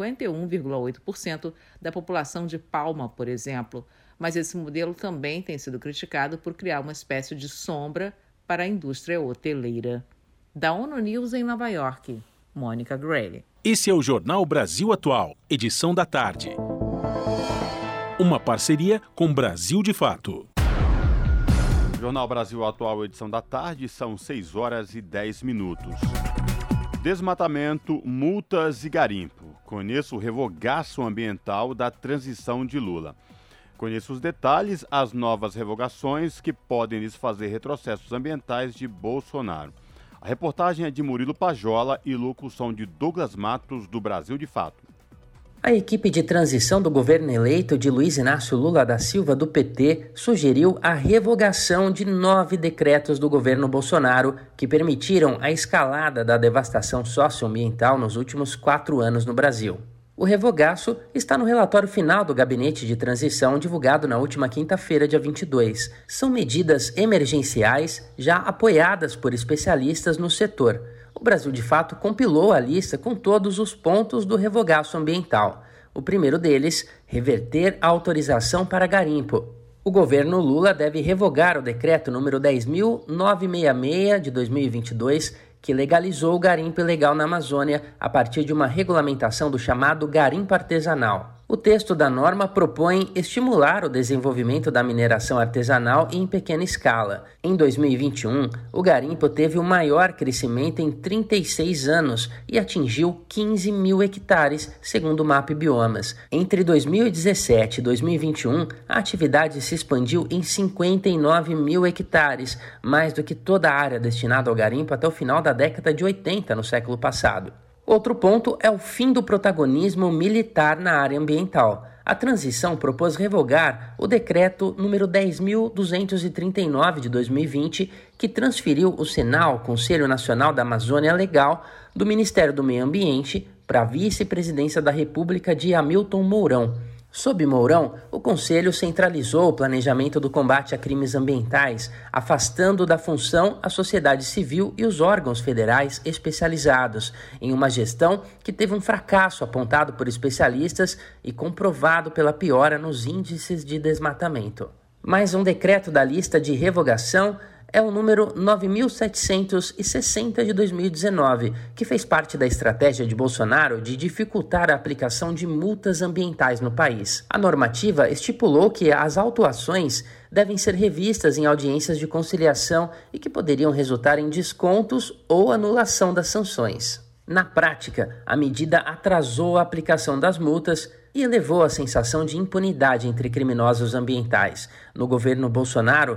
Speaker 14: 51,8% da população de Palma, por exemplo. Mas esse modelo também tem sido criticado por criar uma espécie de sombra para a indústria hoteleira. Da ONU News em Nova York, Mônica Grayle.
Speaker 2: Esse é o Jornal Brasil Atual, edição da tarde. Uma parceria com Brasil de Fato.
Speaker 1: Jornal Brasil Atual, edição da tarde, são 6 horas e 10 minutos. Desmatamento, multas e garimpo. Conheça o revogaço ambiental da transição de Lula. Conheça os detalhes, as novas revogações que podem lhes fazer retrocessos ambientais de Bolsonaro. A reportagem é de Murilo Pajola e locução de Douglas Matos, do Brasil de Fato.
Speaker 15: A equipe de transição do governo eleito de Luiz Inácio Lula da Silva, do PT, sugeriu a revogação de 9 decretos do governo Bolsonaro que permitiram a escalada da devastação socioambiental nos últimos 4 anos no Brasil. O revogaço está no relatório final do Gabinete de Transição, divulgado na última quinta-feira, dia 22. São medidas emergenciais já apoiadas por especialistas no setor. O Brasil de Fato compilou a lista com todos os pontos do revogaço ambiental. O primeiro deles, reverter a autorização para garimpo. O governo Lula deve revogar o decreto número 10.966 de 2022, que legalizou o garimpo ilegal na Amazônia a partir de uma regulamentação do chamado garimpo artesanal. O texto da norma propõe estimular o desenvolvimento da mineração artesanal em pequena escala. Em 2021, o garimpo teve o maior crescimento em 36 anos e atingiu 15 mil hectares, segundo o MAP Biomas. Entre 2017 e 2021, a atividade se expandiu em 59 mil hectares, mais do que toda a área destinada ao garimpo até o final da década de 80 no século passado. Outro ponto é o fim do protagonismo militar na área ambiental. A transição propôs revogar o decreto número 10.239 de 2020, que transferiu o CENAL, Conselho Nacional da Amazônia Legal, do Ministério do Meio Ambiente para a Vice-Presidência da República de Hamilton Mourão. Sob Mourão, o Conselho centralizou o planejamento do combate a crimes ambientais, afastando da função a sociedade civil e os órgãos federais especializados, em uma gestão que teve um fracasso apontado por especialistas e comprovado pela piora nos índices de desmatamento. Mais um decreto da lista de revogação é o número 9.760 de 2019, que fez parte da estratégia de Bolsonaro de dificultar a aplicação de multas ambientais no país. A normativa estipulou que as autuações devem ser revistas em audiências de conciliação e que poderiam resultar em descontos ou anulação das sanções. Na prática, a medida atrasou a aplicação das multas e elevou a sensação de impunidade entre criminosos ambientais. No governo Bolsonaro,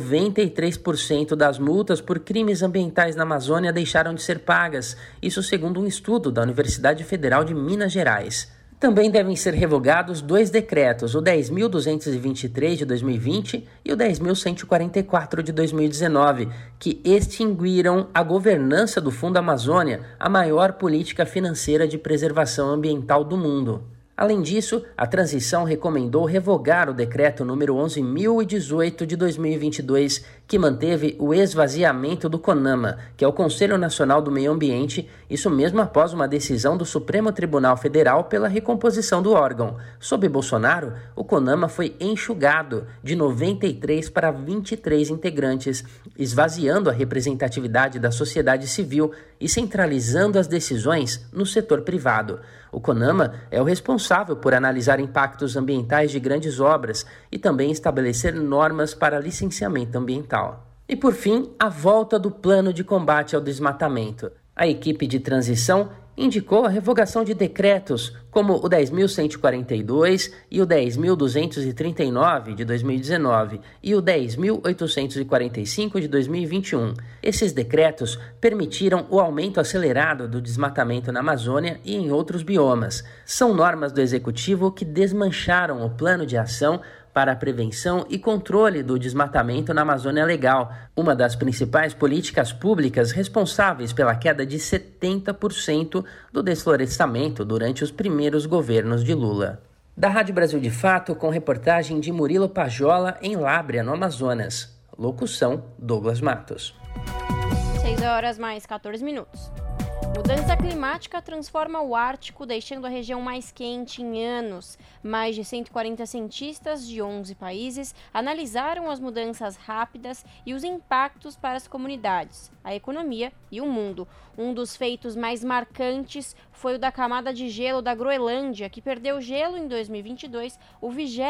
Speaker 15: 93% das multas por crimes ambientais na Amazônia deixaram de ser pagas, isso segundo um estudo da Universidade Federal de Minas Gerais. Também devem ser revogados 2 decretos, o 10.223 de 2020 e o 10.144 de 2019, que extinguiram a governança do Fundo Amazônia, a maior política financeira de preservação ambiental do mundo. Além disso, a transição recomendou revogar o decreto número 11.018 de 2022, que manteve o esvaziamento do CONAMA, que é o Conselho Nacional do Meio Ambiente, isso mesmo após uma decisão do Supremo Tribunal Federal pela recomposição do órgão. Sob Bolsonaro, o CONAMA foi enxugado de 93 para 23 integrantes, esvaziando a representatividade da sociedade civil e centralizando as decisões no setor privado. O CONAMA é o responsável por analisar impactos ambientais de grandes obras e também estabelecer normas para licenciamento ambiental. E por fim, a volta do plano de combate ao desmatamento. A equipe de transição indicou a revogação de decretos como o 10.142 e o 10.239 de 2019 e o 10.845 de 2021. Esses decretos permitiram o aumento acelerado do desmatamento na Amazônia e em outros biomas. São normas do Executivo que desmancharam o plano de ação para a prevenção e controle do desmatamento na Amazônia Legal, uma das principais políticas públicas responsáveis pela queda de 70% do desflorestamento durante os primeiros governos de Lula. Da Rádio Brasil de Fato, com reportagem de Murilo Pajola em Lábrea, no Amazonas. Locução, Douglas Matos.
Speaker 8: 6h mais 14. Mudança climática transforma o Ártico, deixando a região mais quente em anos. Mais de 140 cientistas de 11 países analisaram as mudanças rápidas e os impactos para as comunidades, a economia e o mundo. Um dos feitos mais marcantes foi o da camada de gelo da Groenlândia, que perdeu gelo em 2022, o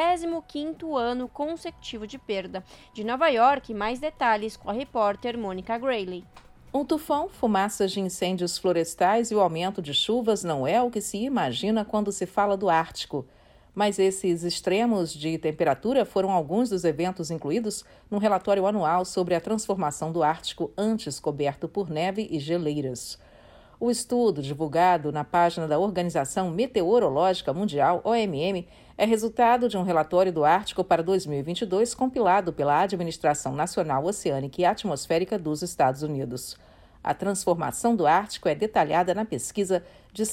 Speaker 8: 25º ano consecutivo de perda. De Nova York, mais detalhes com a repórter Mônica Grayley.
Speaker 14: Um tufão, fumaças de incêndios florestais e o aumento de chuvas não é o que se imagina quando se fala do Ártico. Mas esses extremos de temperatura foram alguns dos eventos incluídos no relatório anual sobre a transformação do Ártico antes coberto por neve e geleiras. O estudo, divulgado na página da Organização Meteorológica Mundial, OMM, é resultado de um relatório do Ártico para 2022 compilado pela Administração Nacional Oceânica e Atmosférica dos Estados Unidos. A transformação do Ártico é detalhada na pesquisa de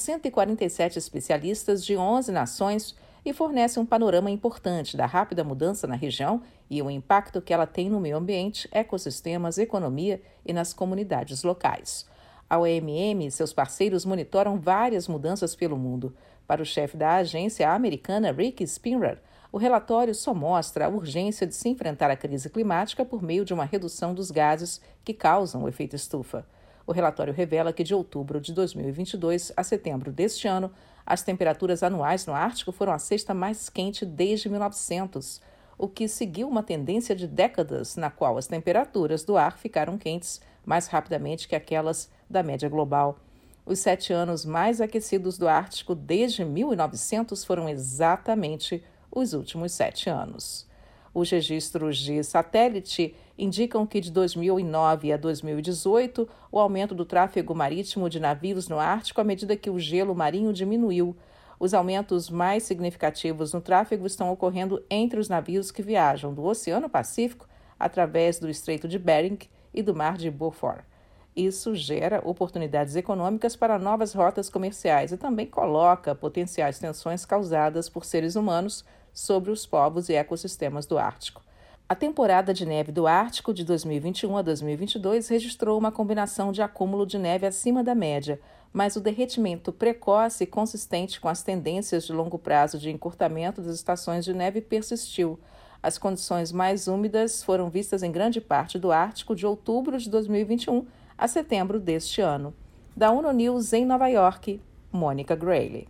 Speaker 14: 147 especialistas de 11 nações e fornece um panorama importante da rápida mudança na região e o impacto que ela tem no meio ambiente, ecossistemas, economia e nas comunidades locais. A OMM e seus parceiros monitoram várias mudanças pelo mundo. Para o chefe da agência americana Rick Spinrad, o relatório só mostra a urgência de se enfrentar a crise climática por meio de uma redução dos gases que causam o efeito estufa. O relatório revela que de outubro de 2022 a setembro deste ano, as temperaturas anuais no Ártico foram a sexta mais quente desde 1900, o que seguiu uma tendência de décadas na qual as temperaturas do ar ficaram quentes mais rapidamente que aquelas da média global. Os 7 anos mais aquecidos do Ártico desde 1900 foram exatamente os últimos 7 anos. Os registros de satélite indicam que de 2009 a 2018, o aumento do tráfego marítimo de navios no Ártico à medida que o gelo marinho diminuiu. Os aumentos mais significativos no tráfego estão ocorrendo entre os navios que viajam do Oceano Pacífico através do Estreito de Bering e do Mar de Beaufort. Isso gera oportunidades econômicas para novas rotas comerciais e também coloca potenciais tensões causadas por seres humanos sobre os povos e ecossistemas do Ártico. A temporada de neve do Ártico de 2021 a 2022 registrou uma combinação de acúmulo de neve acima da média, mas o derretimento precoce e consistente com as tendências de longo prazo de encurtamento das estações de neve persistiu. As condições mais úmidas foram vistas em grande parte do Ártico de outubro de 2021 a setembro deste ano. Da ONU News em Nova York, Mônica Grayley.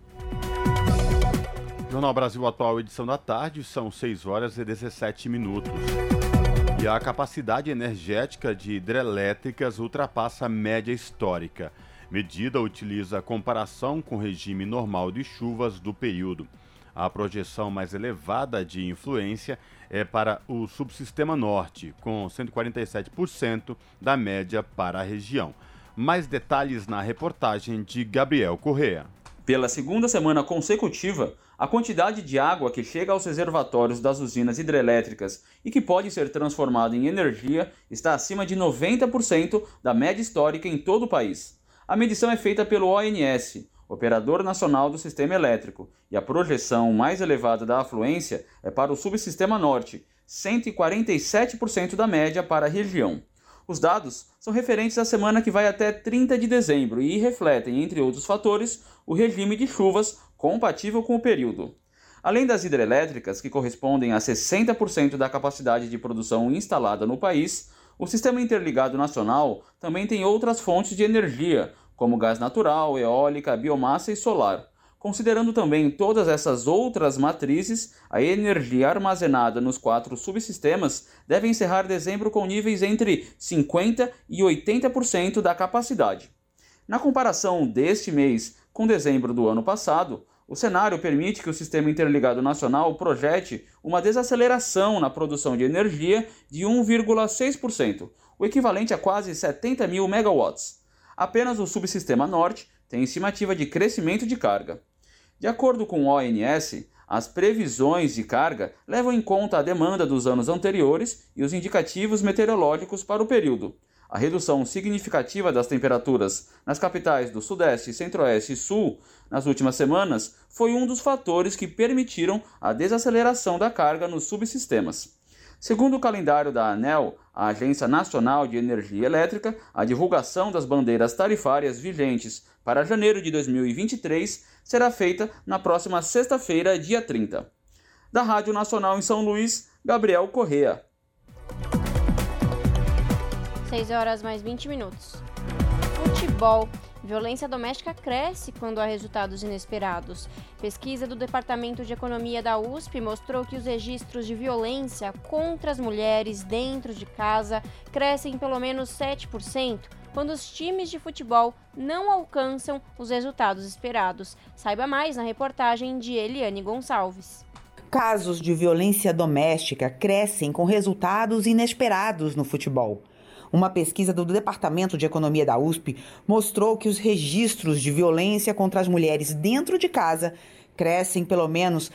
Speaker 1: Jornal Brasil Atual, edição da tarde, são 6h17. E a capacidade energética de hidrelétricas ultrapassa a média histórica. Medida utiliza a comparação com o regime normal de chuvas do período. A projeção mais elevada de influência é para o subsistema norte, com 147% da média para a região. Mais detalhes na reportagem de Gabriel Correa.
Speaker 16: Pela segunda semana consecutiva, a quantidade de água que chega aos reservatórios das usinas hidrelétricas e que pode ser transformada em energia está acima de 90% da média histórica em todo o país. A medição é feita pelo ONS, operador nacional do sistema elétrico, e a projeção mais elevada da afluência é para o subsistema norte, 147% da média para a região. Os dados são referentes à semana que vai até 30 de dezembro e refletem, entre outros fatores, o regime de chuvas compatível com o período. Além das hidrelétricas, que correspondem a 60% da capacidade de produção instalada no país, o Sistema Interligado Nacional também tem outras fontes de energia, como gás natural, eólica, biomassa e solar. Considerando também todas essas outras matrizes, a energia armazenada nos 4 subsistemas deve encerrar dezembro com níveis entre 50% e 80% da capacidade. Na comparação deste mês com dezembro do ano passado, o cenário permite que o Sistema Interligado Nacional projete uma desaceleração na produção de energia de 1,6%, o equivalente a quase 70 mil megawatts. Apenas o subsistema norte tem estimativa de crescimento de carga. De acordo com o ONS, as previsões de carga levam em conta a demanda dos anos anteriores e os indicativos meteorológicos para o período. A redução significativa das temperaturas nas capitais do Sudeste, Centro-Oeste e Sul nas últimas semanas foi um dos fatores que permitiram a desaceleração da carga nos subsistemas. Segundo o calendário da ANEEL, a Agência Nacional de Energia Elétrica, a divulgação das bandeiras tarifárias vigentes para janeiro de 2023 será feita na próxima sexta-feira, dia 30. Da Rádio Nacional em São Luís, Gabriel Correa.
Speaker 8: 6 horas mais 20 minutos. Futebol. Violência doméstica cresce quando há resultados inesperados. Pesquisa do Departamento de Economia da USP mostrou que os registros de violência contra as mulheres dentro de casa crescem em pelo menos 7% quando os times de futebol não alcançam os resultados esperados. Saiba mais na reportagem de Eliane Gonçalves.
Speaker 17: Casos de violência doméstica crescem com resultados inesperados no futebol. Uma pesquisa do Departamento de Economia da USP mostrou que os registros de violência contra as mulheres dentro de casa crescem pelo menos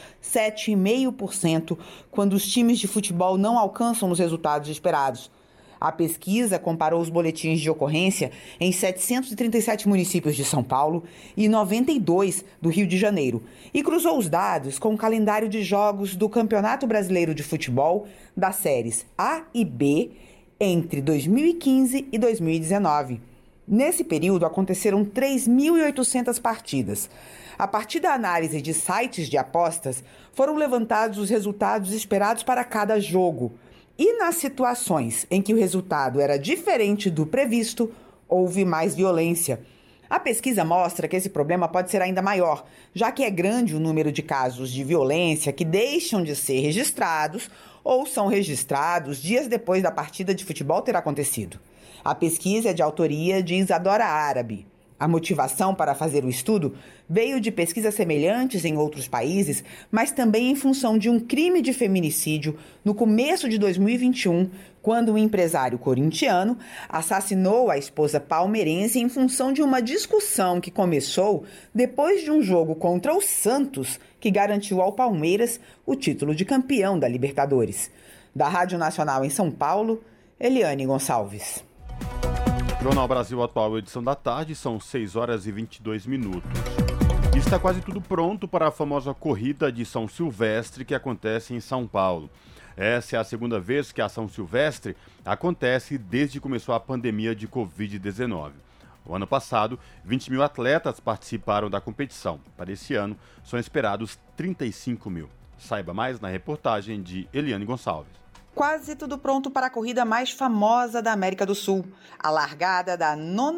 Speaker 17: 7,5% quando os times de futebol não alcançam os resultados esperados. A pesquisa comparou os boletins de ocorrência em 737 municípios de São Paulo e 92 do Rio de Janeiro e cruzou os dados com o calendário de jogos do Campeonato Brasileiro de Futebol das séries A e B entre 2015 e 2019. Nesse período, aconteceram 3.800 partidas. A partir da análise de sites de apostas, foram levantados os resultados esperados para cada jogo. E nas situações em que o resultado era diferente do previsto, houve mais violência. A pesquisa mostra que esse problema pode ser ainda maior, já que é grande o número de casos de violência que deixam de ser registrados ou são registrados dias depois da partida de futebol ter acontecido. A pesquisa é de autoria de Isadora Árabe. A motivação para fazer o estudo veio de pesquisas semelhantes em outros países, mas também em função de um crime de feminicídio no começo de 2021, quando um empresário corintiano assassinou a esposa palmeirense em função de uma discussão que começou depois de um jogo contra o Santos, que garantiu ao Palmeiras o título de campeão da Libertadores. Da Rádio Nacional em São Paulo, Eliane Gonçalves.
Speaker 1: Jornal Brasil Atual, edição da tarde, são 6 horas e 22 minutos. Está quase tudo pronto para a famosa corrida de São Silvestre que acontece em São Paulo. Essa é a segunda vez que a São Silvestre acontece desde que começou a pandemia de Covid-19. O ano passado, 20 mil atletas participaram da competição. Para esse ano, são esperados 35 mil. Saiba mais na reportagem de Eliane Gonçalves.
Speaker 17: Quase tudo pronto para a corrida mais famosa da América do Sul. A largada da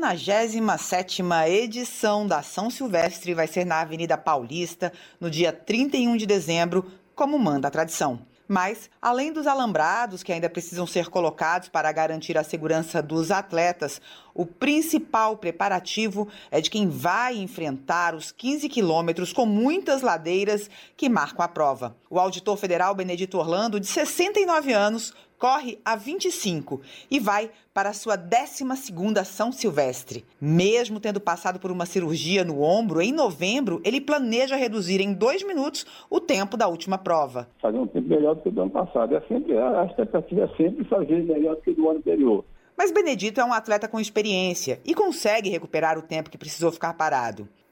Speaker 17: 97ª edição da São Silvestre vai ser na Avenida Paulista, no dia 31 de dezembro, como manda a tradição. Mas, além dos alambrados que ainda precisam ser colocados para garantir a segurança dos atletas, o principal preparativo é de quem vai enfrentar os 15 quilômetros com muitas ladeiras que marcam a prova. O auditor federal Benedito Orlando, de 69 anos, corre há 25 e vai para a sua 12ª São Silvestre. Mesmo tendo passado por uma cirurgia no ombro, em novembro, ele planeja reduzir em 2 minutos o tempo da última prova.
Speaker 18: Fazer um tempo melhor do que o do ano passado. A expectativa é sempre fazer melhor do que do ano anterior.
Speaker 17: Mas Benedito é um atleta com experiência e consegue recuperar o tempo que precisou ficar parado.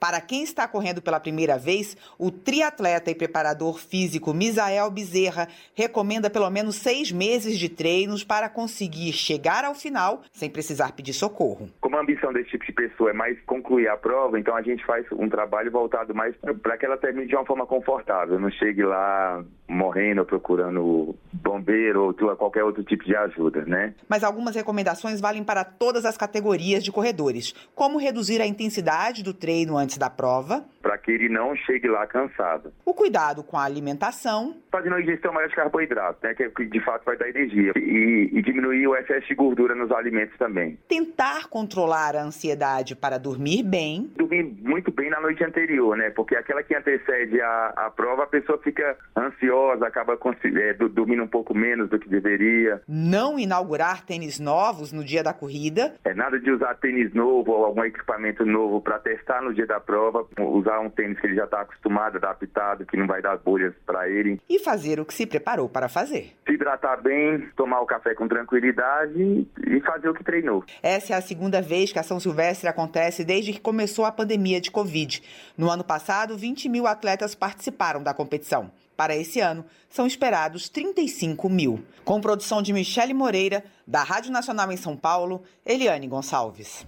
Speaker 17: Para quem está correndo pela primeira vez, o triatleta e preparador físico Misael Bezerra recomenda pelo menos 6 meses de treinos para conseguir chegar ao final sem precisar pedir socorro.
Speaker 19: Como a ambição desse tipo de pessoa é mais concluir a prova, então a gente faz um trabalho voltado mais para que ela termine de uma forma confortável, não chegue lá morrendo ou procurando bombeiro ou qualquer outro tipo de ajuda, né?
Speaker 17: Mas algumas recomendações valem para todas as categorias de corredores, como reduzir a intensidade do treino antes da prova,
Speaker 19: para que ele não chegue lá cansado.
Speaker 17: O cuidado com a alimentação,
Speaker 19: fazer uma ingestão maior de carboidrato, né, que de fato vai dar energia, e diminuir o excesso de gordura nos alimentos também.
Speaker 17: Tentar controlar a ansiedade para dormir bem.
Speaker 19: Dormir muito bem na noite anterior, né, porque aquela que antecede a prova, a pessoa fica ansiosa, acaba dormindo um pouco menos do que deveria.
Speaker 17: Não inaugurar tênis novos no dia da corrida.
Speaker 19: Nada de usar tênis novo ou algum equipamento novo para testar no dia da prova, usar um tênis que ele já está acostumado, adaptado, que não vai dar bolhas para ele.
Speaker 17: E fazer o que se preparou para fazer.
Speaker 19: Se hidratar bem, tomar o café com tranquilidade e fazer o que treinou.
Speaker 17: Essa é a segunda vez que a São Silvestre acontece desde que começou a pandemia de Covid. No ano passado, 20 mil atletas participaram da competição. Para esse ano, são esperados 35 mil. Com produção de Michele Moreira, da Rádio Nacional em São Paulo, Eliane Gonçalves.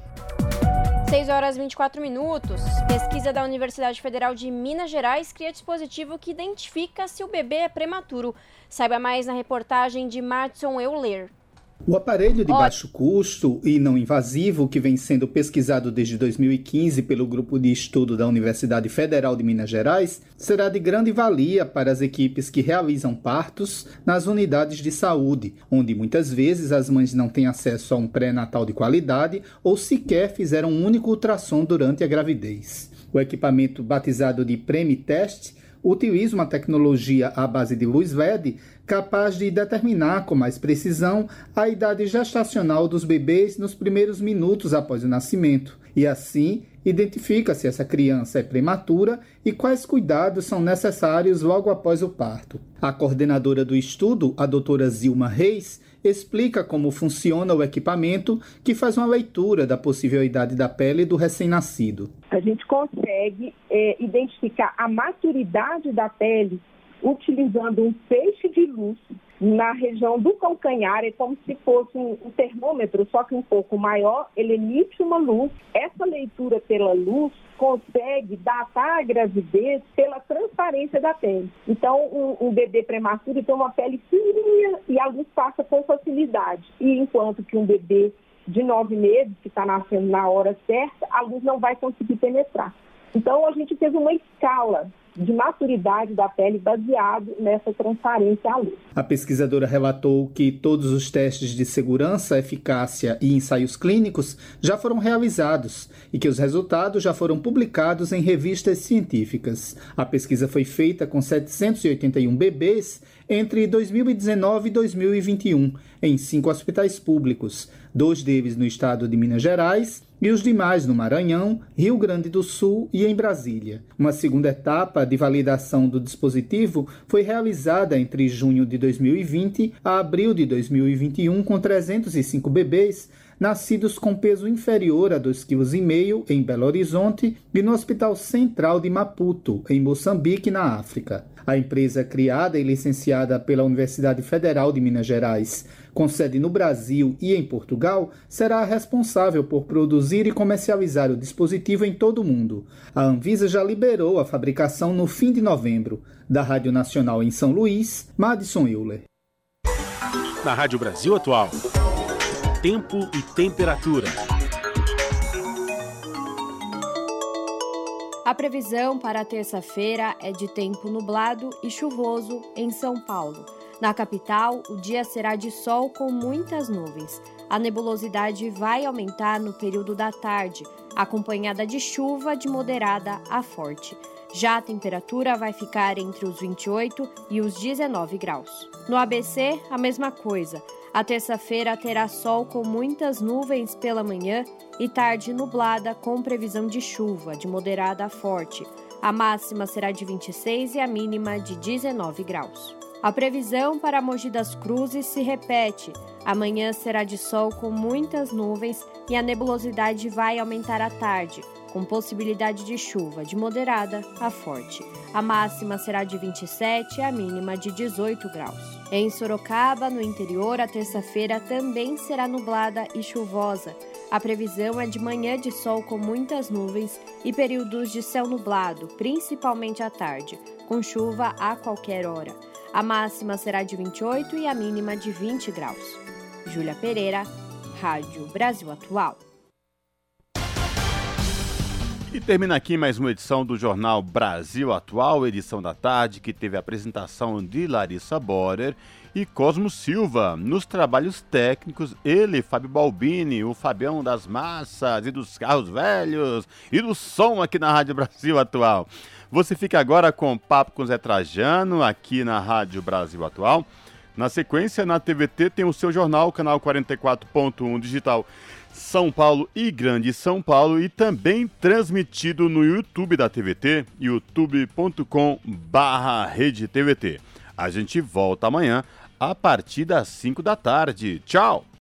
Speaker 8: 6 horas e 24 minutos. Pesquisa da Universidade Federal de Minas Gerais cria dispositivo que identifica se o bebê é prematuro. Saiba mais na reportagem de Madison Euler.
Speaker 20: O aparelho de baixo custo e não invasivo, que vem sendo pesquisado desde 2015 pelo Grupo de Estudo da Universidade Federal de Minas Gerais, será de grande valia para as equipes que realizam partos nas unidades de saúde, onde muitas vezes as mães não têm acesso a um pré-natal de qualidade ou sequer fizeram um único ultrassom durante a gravidez. O equipamento batizado de PremiTest utiliza uma tecnologia à base de luz LED capaz de determinar com mais precisão a idade gestacional dos bebês nos primeiros minutos após o nascimento. E assim, identifica se essa criança é prematura e quais cuidados são necessários logo após o parto. A coordenadora do estudo, a doutora Zilma Reis, explica como funciona o equipamento, que faz uma leitura da possível idade da pele do recém-nascido.
Speaker 21: A gente consegue identificar a maturidade da pele utilizando um feixe de luz na região do calcanhar. É como se fosse um termômetro, só que um pouco maior. Ele emite uma luz. Essa leitura pela luz consegue datar a gravidez pela transparência da pele. Então, um bebê prematuro tem uma pele fininha e a luz passa com facilidade. E enquanto que um bebê de 9 meses, que está nascendo na hora certa, a luz não vai conseguir penetrar. Então, a gente fez uma escala de maturidade da pele baseado nessa transparência à luz.
Speaker 20: A pesquisadora relatou que todos os testes de segurança, eficácia e ensaios clínicos já foram realizados e que os resultados já foram publicados em revistas científicas. A pesquisa foi feita com 781 bebês entre 2019 e 2021, em 5 hospitais públicos, 2 deles no estado de Minas Gerais e os demais no Maranhão, Rio Grande do Sul e em Brasília. Uma segunda etapa de validação do dispositivo foi realizada entre junho de 2020 a abril de 2021 com 305 bebês nascidos com peso inferior a 2,5 kg em Belo Horizonte e no Hospital Central de Maputo, em Moçambique, na África. A empresa, criada e licenciada pela Universidade Federal de Minas Gerais, com sede no Brasil e em Portugal, será responsável por produzir e comercializar o dispositivo em todo o mundo. A Anvisa já liberou a fabricação no fim de novembro. Da Rádio Nacional em São Luís, Madison Euler.
Speaker 2: Na Rádio Brasil Atual, tempo e temperatura.
Speaker 3: A previsão para a terça-feira é de tempo nublado e chuvoso em São Paulo. Na capital, o dia será de sol com muitas nuvens. A nebulosidade vai aumentar no período da tarde, acompanhada de chuva de moderada a forte. Já a temperatura vai ficar entre os 28 e os 19 graus. No ABC, a mesma coisa. A terça-feira terá sol com muitas nuvens pela manhã e tarde nublada com previsão de chuva de moderada a forte. A máxima será de 26 e a mínima de 19 graus. A previsão para Mogi das Cruzes se repete. Amanhã será de sol com muitas nuvens e a nebulosidade vai aumentar à tarde, com possibilidade de chuva de moderada a forte. A máxima será de 27 e a mínima de 18 graus. Em Sorocaba, no interior, a terça-feira também será nublada e chuvosa. A previsão é de manhã de sol com muitas nuvens e períodos de céu nublado, principalmente à tarde, com chuva a qualquer hora. A máxima será de 28 e a mínima de 20 graus. Júlia Pereira, Rádio Brasil Atual.
Speaker 1: E termina aqui mais uma edição do Jornal Brasil Atual, edição da tarde, que teve a apresentação de Larissa Borer e Cosmo Silva. Nos trabalhos técnicos, ele, Fábio Balbini, o Fabião das Massas e dos Carros Velhos e do som aqui na Rádio Brasil Atual. Você fica agora com Papo com Zé Trajano, aqui na Rádio Brasil Atual. Na sequência, na TVT tem o seu jornal, canal 44.1 digital São Paulo e Grande São Paulo, e também transmitido no YouTube da TVT, youtube.com/RedeTVT. A gente volta amanhã a partir das 5 da tarde. Tchau!